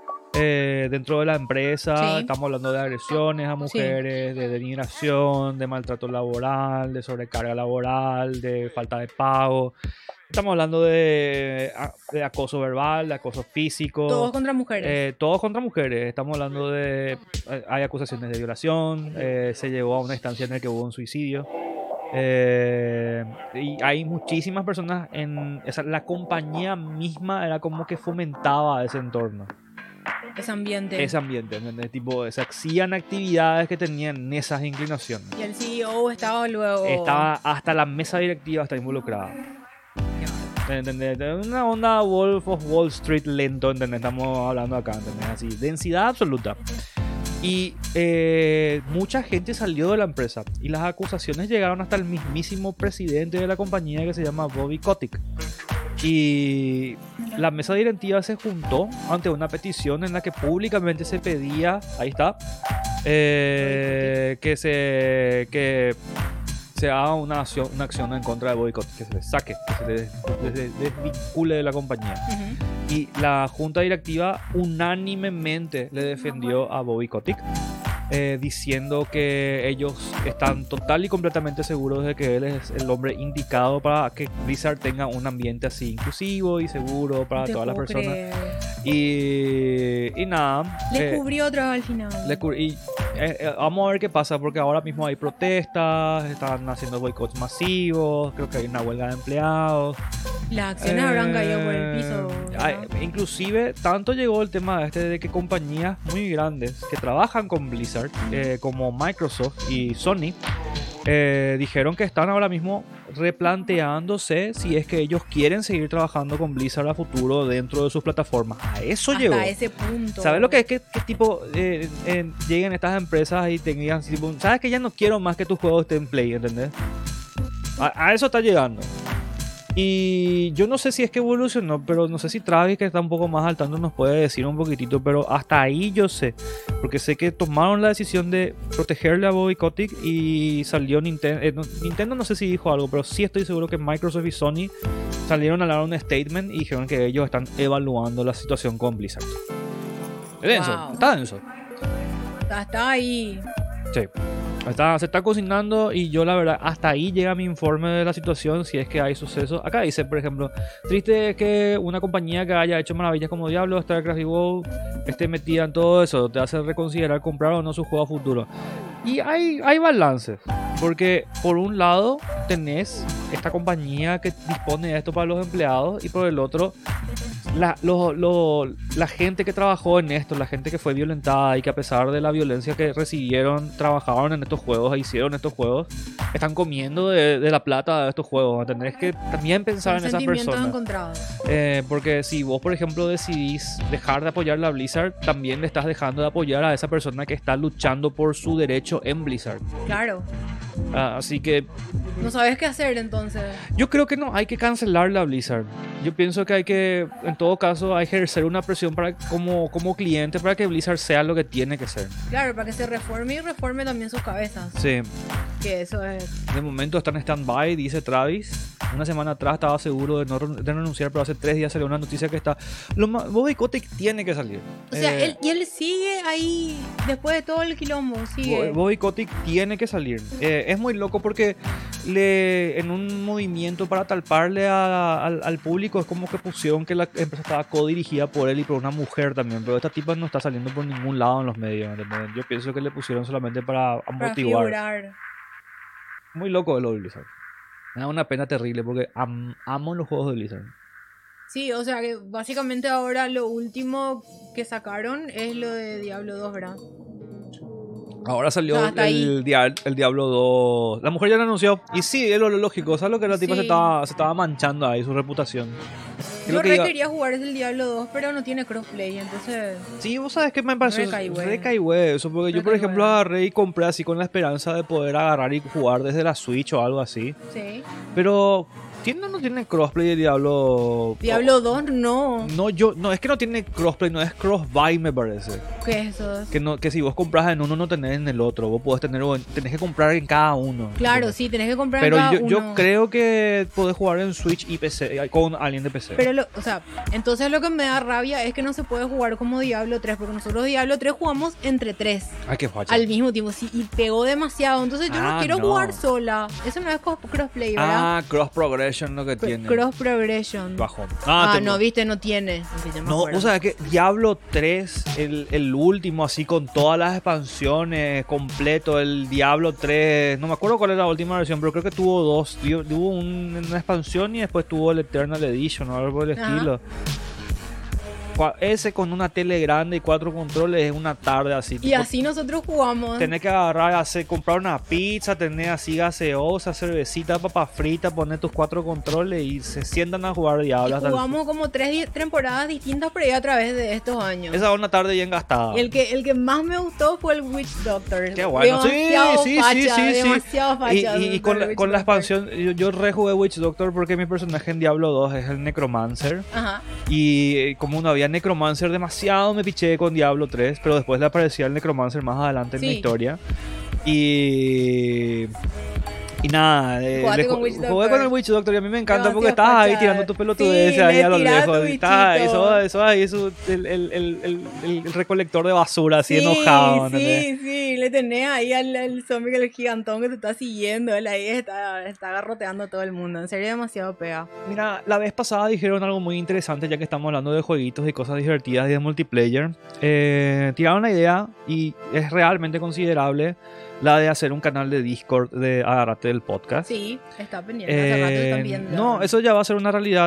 eh, dentro de la empresa. Sí. Estamos hablando de agresiones a mujeres, de denigración, de maltrato laboral, de sobrecarga laboral, de falta de pago. Estamos hablando de, de acoso verbal, de acoso físico. Todos contra mujeres. Eh, todos contra mujeres. Estamos hablando de... eh, hay acusaciones de violación. eh, se llegó a una instancia en la que hubo un suicidio. Eh, y hay muchísimas personas en... O sea, la compañía misma era como que fomentaba ese entorno. Ese ambiente. Ese ambiente. ¿Entendés? Tipo, se hacían actividades que tenían esas inclinaciones. Y el C E O estaba luego. Estaba hasta la mesa directiva está involucrada. ¿Entendés? Una onda Wolf of Wall Street lento, ¿entendés? Estamos hablando acá, ¿entendés? Así, densidad absoluta. Y eh, mucha gente salió de la empresa y las acusaciones llegaron hasta el mismísimo presidente de la compañía, que se llama Bobby Kotick. Y la mesa directiva se juntó ante una petición en la que públicamente se pedía, ahí está, eh, que se que se haga una acción, una acción en contra de Bobby Kotick, que se le saque, que se le des, des, desvincule de la compañía. Uh-huh. Y la junta directiva unánimemente le defendió a Bobby Kotick, eh, diciendo que ellos están total y completamente seguros de que él es el hombre indicado para que Blizzard tenga un ambiente así inclusivo y seguro para todas las personas. Y, y nada. Le eh, cubrió otra al final. Le cubri- y, eh, eh, vamos a ver qué pasa, porque ahora mismo hay protestas, están haciendo boicots masivos, creo que hay una huelga de empleados. Las acciones eh, habrán caído por el piso. Hay, inclusive, tanto llegó el tema este de que compañías muy grandes que trabajan con Blizzard, eh, como Microsoft y Sony, eh, dijeron que están ahora mismo replanteándose si es que ellos quieren seguir trabajando con Blizzard a futuro dentro de sus plataformas. A eso hasta llegó. A ese punto. ¿Sabes lo que es? Que, que tipo eh, eh, lleguen estas empresas y te digan, tipo, ¿sabes que ya no quiero más que tus juegos estén en Play? ¿Entendés? A, a eso está llegando. Y yo no sé si es que evolucionó, pero no sé si Travis, que está un poco más al tanto, nos puede decir un poquitito, pero hasta ahí yo sé, porque sé que tomaron la decisión de protegerle a Bobby Kotick y salió Nintendo. Eh, no, Nintendo no sé si dijo algo, pero sí estoy seguro que Microsoft y Sony salieron a dar un statement y dijeron que ellos están evaluando la situación con Blizzard. ¿Es denso? Wow. Está denso. Está, está ahí. Sí. Está, se está cocinando y yo la verdad hasta ahí llega mi informe de la situación, si es que hay sucesos. Acá dice, por ejemplo, triste que una compañía que haya hecho maravillas como Diablo, StarCraft y WoW esté metida en todo eso, te hace reconsiderar comprar o no su juego a futuro. Y hay, hay balances, porque por un lado tenés esta compañía que dispone de esto para los empleados y por el otro la, lo, lo, la gente que trabajó en esto, la gente que fue violentada y que a pesar de la violencia que recibieron, trabajaron en estos juegos e hicieron estos juegos, están comiendo de, de la plata de estos juegos. Tenés que también pensar en esas personas. Encontrados. Eh, porque si vos, por ejemplo, decidís dejar de apoyar a Blizzard, también le estás dejando de apoyar a esa persona que está luchando por su derecho en Blizzard. Claro. Uh, así que no sabes qué hacer entonces. Yo creo que no hay que cancelarla a Blizzard. Yo pienso que hay que, en todo caso, ejercer una presión para, como, como cliente para que Blizzard sea lo que tiene que ser. Claro, para que se reforme y reforme también sus cabezas. Sí. Que eso es. De momento está en stand-by, dice Travis. Una semana atrás estaba seguro de no de renunciar, pero hace tres días salió una noticia que está. Lo más, Bobby Kotick tiene que salir. O sea, eh, él, y él sigue ahí después de todo el quilombo. Sigue. Bobby Kotick tiene que salir. Eh, es muy loco porque le, en un movimiento para talparle a, a, al, al público es como que pusieron que la empresa estaba codirigida por él y por una mujer también. Pero esta tipa no está saliendo por ningún lado en los medios. ¿Entendés? Yo pienso que le pusieron solamente para, para motivar. Figurar. Muy loco de lo de Blizzard. Me da una pena terrible porque am, amo los juegos de Blizzard. Sí, o sea que básicamente ahora lo último que sacaron es lo de Diablo dos, ¿verdad? Ahora salió no, el, Dia- el Diablo dos. La mujer ya lo anunció. Y sí, es lo lógico. ¿Sabes lo que la tipa sí. se, estaba, se estaba manchando ahí, su reputación? Yo re iba... quería jugar es el Diablo dos, pero no tiene crossplay, entonces... Sí, vos sabes que me pareció re caigüe eso, porque re yo por ejemplo agarré y compré así con la esperanza de poder agarrar y jugar desde la Switch o algo así. Sí. Pero... ¿Tiene o no tiene crossplay de Diablo? Diablo dos no. No, yo, no, es que no tiene crossplay, no es cross-buy me parece. ¿Qué es eso? Que, no, que si vos compras en uno no tenés en el otro, vos podés tener, tenés que comprar en cada uno. Claro, ¿sí? Sí, tenés que comprar pero en cada yo, uno. Pero yo creo que podés jugar en Switch y P C, con alguien de P C. Pero, lo, o sea, entonces lo que me da rabia es que no se puede jugar como Diablo tres, porque nosotros Diablo tres jugamos entre tres. Ay, qué facha. Al mismo tiempo, sí, y pegó demasiado. Entonces yo ah, no quiero no. jugar sola. Eso no es crossplay, ¿verdad? Ah, cross progression lo que P- tiene. Cross progression. Bajo. Ah, ah no, viste, no tiene. No, o sea que Diablo tres, el, el último, así con todas las expansiones, completo, el Diablo tres, no me acuerdo cuál era la última versión, pero creo que tuvo dos. Tuvo un, una expansión y después tuvo el Eternal Edition o algo del Ajá. estilo. Cua- Ese con una tele grande y cuatro controles es una tarde así. Y tipo, así nosotros jugamos. tenés que agarrar, hacer, comprar una pizza, tener así gaseosa, cervecita, papa frita, poner tus cuatro controles y se sientan a jugar Y Diablo hasta el- jugamos como tres di- temporadas distintas por ahí a través de estos años. Esa es una tarde bien gastada. Y el que, el que más me gustó fue el Witch Doctor. Qué bueno. Sí, Demasiado sí, sí, facha, sí, sí. demasiado facha. Y, y- y con, el la, Witch con la Doctor. expansión, yo, yo rejugué Witch Doctor porque mi personaje en Diablo dos es el Necromancer. Ajá. Y eh, como no había Necromancer demasiado, me piché con Diablo tres, pero después le aparecía el Necromancer más adelante en la Sí. historia. Y... Y nada, eh, Jugaste le con ju- Witch jugué Doctor. con el Witch Doctor y a mí me encanta porque Demasiado estás ahí facha. tirando tu pelotudez Sí, ahí le a lo tirás tu lejos. y Estás, bichito. eso, eso ahí, su- el, el, el, el, el recolector de basura así Sí, enojado. ¿entendés? sí, sí, le tenés ahí al, al zombie, el gigantón que te está siguiendo, él ahí está, está agarroteando a todo el mundo, en serio demasiado pega. Mira, la vez pasada dijeron algo muy interesante, ya que estamos hablando de jueguitos y cosas divertidas y de multiplayer. Eh, tiraron la idea y es realmente considerable la de hacer un canal de Discord de Agárrate del podcast. Sí, está pendiente, hace rato Eh, también. ya. no, eso ya va a ser una realidad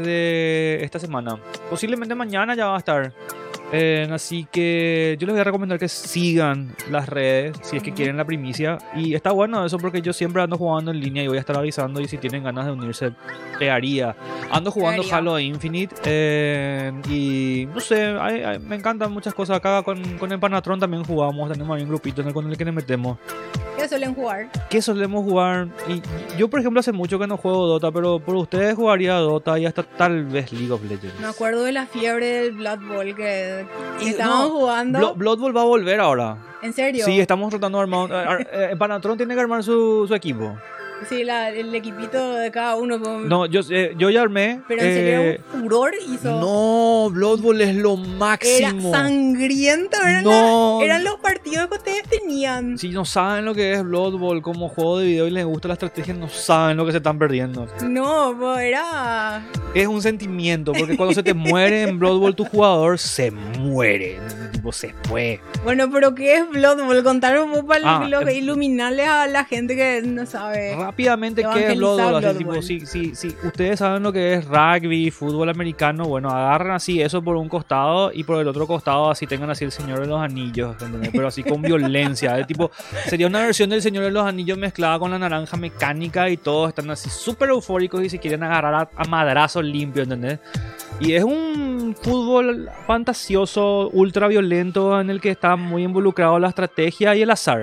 desde esta semana. Posiblemente mañana ya va a estar. Eh, así que yo les voy a recomendar que sigan las redes si es que Ujú. quieren la primicia. Y está bueno eso porque yo siempre ando jugando en línea y voy a estar avisando. Y si tienen ganas de unirse, pegaría. Ando jugando Pegaría. Halo Infinite. eh, y no sé, hay- hay- me encantan muchas cosas. Acá con, con el Panatron también jugamos. Tenemos ahí un grupito en el, con el que nos metemos. ¿Qué suelen jugar? ¿Qué solemos jugar? Y yo, por ejemplo, hace mucho que no juego Dota, pero por ustedes jugaría Dota y hasta tal vez League of Legends. Me acuerdo de la fiebre del Blood Bowl que Y estábamos no, jugando. Blo- Blood Bowl va a volver ahora. ¿En serio? Sí, estamos tratando de armar. ar- eh, Panatron tiene que armar su, su equipo. Sí, la- el equipito de cada uno. Con... No, yo, eh, yo ya armé. Pero en serio eh, era un furor hizo. no, Blood Bowl es lo Era máximo. sangriento, eran, No. la- eran los partidos que ustedes tenían. Si no saben lo que es Blood Bowl como juego de video y les gusta la estrategia, no saben lo que se están perdiendo. No, po, era. Es un sentimiento, porque cuando se te muere en Blood Bowl tu jugador, se muere. Tipo, se fue. Bueno, pero ¿qué es Blood Bowl? Contar un poco para Ah, lo- eh, iluminarles a la gente que no sabe. Rápidamente, ¿qué es Blood Evangelizar Bowl? Así, Blood tipo, Bowl. si, si, si ustedes saben lo que es rugby, fútbol americano, bueno, agarran así eso por un costado y por el otro costado así tengan así el Señor de los Anillos, ¿entendés? Pero así con violencia. ¿eh? Tipo, sería una versión del Señor de los Anillos mezclada con la naranja mecánica y todos están así súper eufóricos y se quieren agarrar a, a madrazos limpios, ¿entendés? Y es un fútbol fantasioso, ultra violento, en el que está muy involucrado la estrategia y el azar.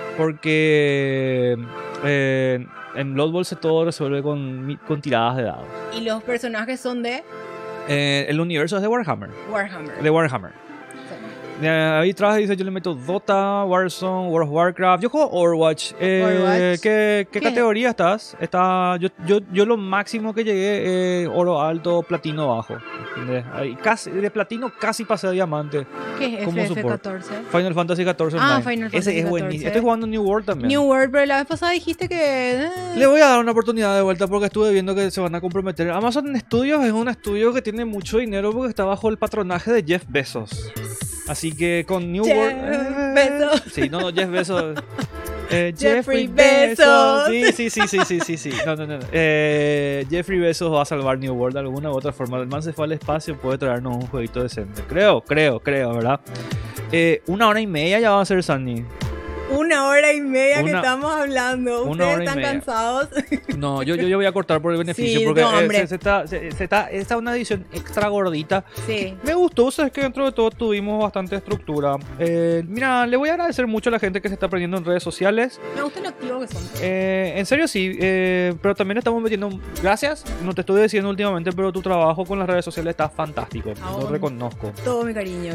Porque eh, en Blood Bowl se todo resuelve con, mi- con tiradas de dados. Y los personajes son de Eh, el universo es de Warhammer. Warhammer. De Warhammer. Eh, ahí atrás dice, yo le meto Dota, Warzone, World of Warcraft. Yo juego Overwatch. Eh, Overwatch. ¿Qué, qué ¿Qué? categoría estás? Está, yo, yo, yo lo máximo que llegué es oro alto, platino bajo. ¿Entendés? Ahí casi, de platino casi pasé a diamante. ¿Qué es como F F support. catorce? Final Fantasy catorce Ah, Online. Final Ese Fantasy es buenísimo. catorce. Estoy jugando New World también. New World, pero la vez pasada dijiste que. eh, Le voy a dar una oportunidad de vuelta porque estuve viendo que se van a comprometer. Amazon Studios es un estudio que tiene mucho dinero porque está bajo el patronaje de Jeff Bezos. Así que con New Jeff World... Bezos. Sí, no, no, Jeff Bezos. Eh, Jeffrey Bezos. Sí, sí, sí, sí, sí, sí, sí. No, no, no. no. Eh, Jeffrey Bezos va a salvar New World de alguna u otra forma. El man se fue al espacio, puede traernos un jueguito decente. Creo, creo, creo, ¿verdad? Eh, una hora y media ya va a ser Sunny. Una hora y media que Una- estamos hablando. una Ustedes hora y están media. cansados. No, yo, yo, yo voy a cortar por el beneficio Sí, porque no, eh, hombre. se, se está, se, se está, esta es una edición extra gordita. Sí. Me gustó, sabes que dentro de todo tuvimos bastante estructura. Eh, mira, le voy a agradecer mucho a la gente que se está aprendiendo en redes sociales. Me gusta lo activo que son. Eh, en serio sí, eh, pero también estamos metiendo... Gracias, no te estuve diciendo últimamente, pero tu trabajo con las redes sociales está fantástico. Ah, Lo bueno. reconozco. Todo mi cariño.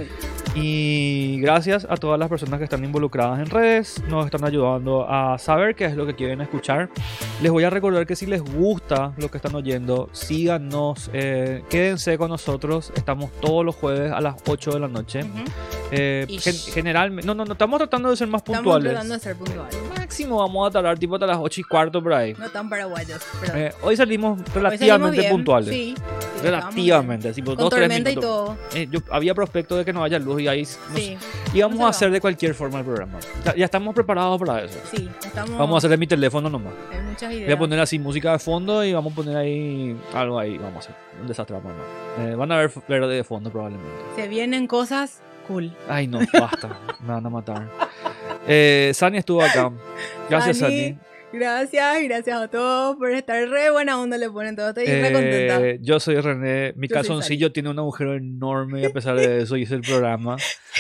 Y gracias a todas las personas que están involucradas en redes, nos están ayudando a saber qué es lo que quieren escuchar. Les voy a recordar que si les gusta lo que están oyendo, síganos, eh, quédense con nosotros. Estamos todos los jueves a las ocho de la noche. Ujú. Eh, Ish. gen- generalmente, no, no, no, estamos tratando de ser más Estamos puntuales. tratando de ser puntuales. Máximo vamos a tardar tipo hasta las ocho y cuarto por ahí. No tan paraguayos. Pero Eh, hoy salimos hoy salimos relativamente bien. puntuales. Sí. sí, Relativamente, así por estábamos bien. Con dos, tres tormenta y minutos. todo. Eh, yo, había prospecto de que no haya luz y ahí nos- Sí. íbamos No a se hacer de cualquier forma el programa. Ya, ya estamos preparados para eso. Sí. Estamos. Vamos a hacer de mi teléfono nomás. en muchas ideas. Voy a poner así música de fondo y vamos a poner ahí algo ahí. Vamos a hacer un desastre. Vamos a armar. Eh, van a ver verde de fondo probablemente. Se vienen cosas cool. Ay, no, basta. Me van a matar. Eh, Sani estuvo acá. Gracias, Sani. Sani, gracias, gracias a todos por estar re buena onda. Le ponen todo. Estoy re contenta. Eh, yo soy René. Mi Yo soy calzoncillo tiene un agujero enorme y a pesar de eso hice el programa.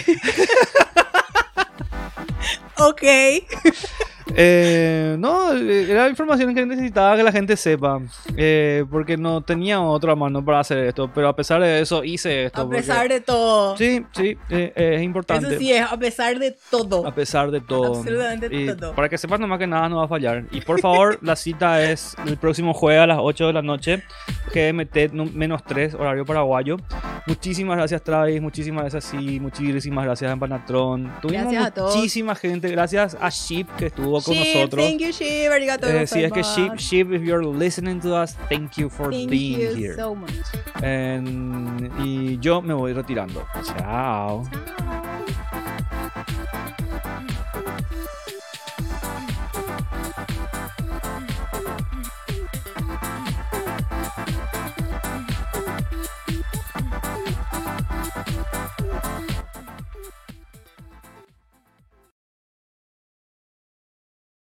Ok. Eh, no, era información que necesitaba que la gente sepa. Eh, porque no tenía otra mano para hacer esto. Pero a pesar de eso hice esto. A pesar porque... de todo. Sí, sí, eh, eh, es importante. Eso sí es, a pesar de todo. A pesar de todo. Absolutamente Y todo. para que sepas nomás que nada no va a fallar. Y por favor, la cita es el próximo jueves a las ocho de la noche. G M T menos tres, horario paraguayo. Muchísimas gracias, Travis. Muchísimas gracias, sí. Muchísimas gracias, Empanatron. Tuvimos Gracias a todos. muchísima gente. Gracias a Ship que estuvo con Ship, nosotros. thank you, Ship. Arigato Eh, sí, es que gozaimasu. Ship, Ship, if you're listening to us, thank you for Thank being you here. so much. And- y yo me voy retirando. Chao. Chao.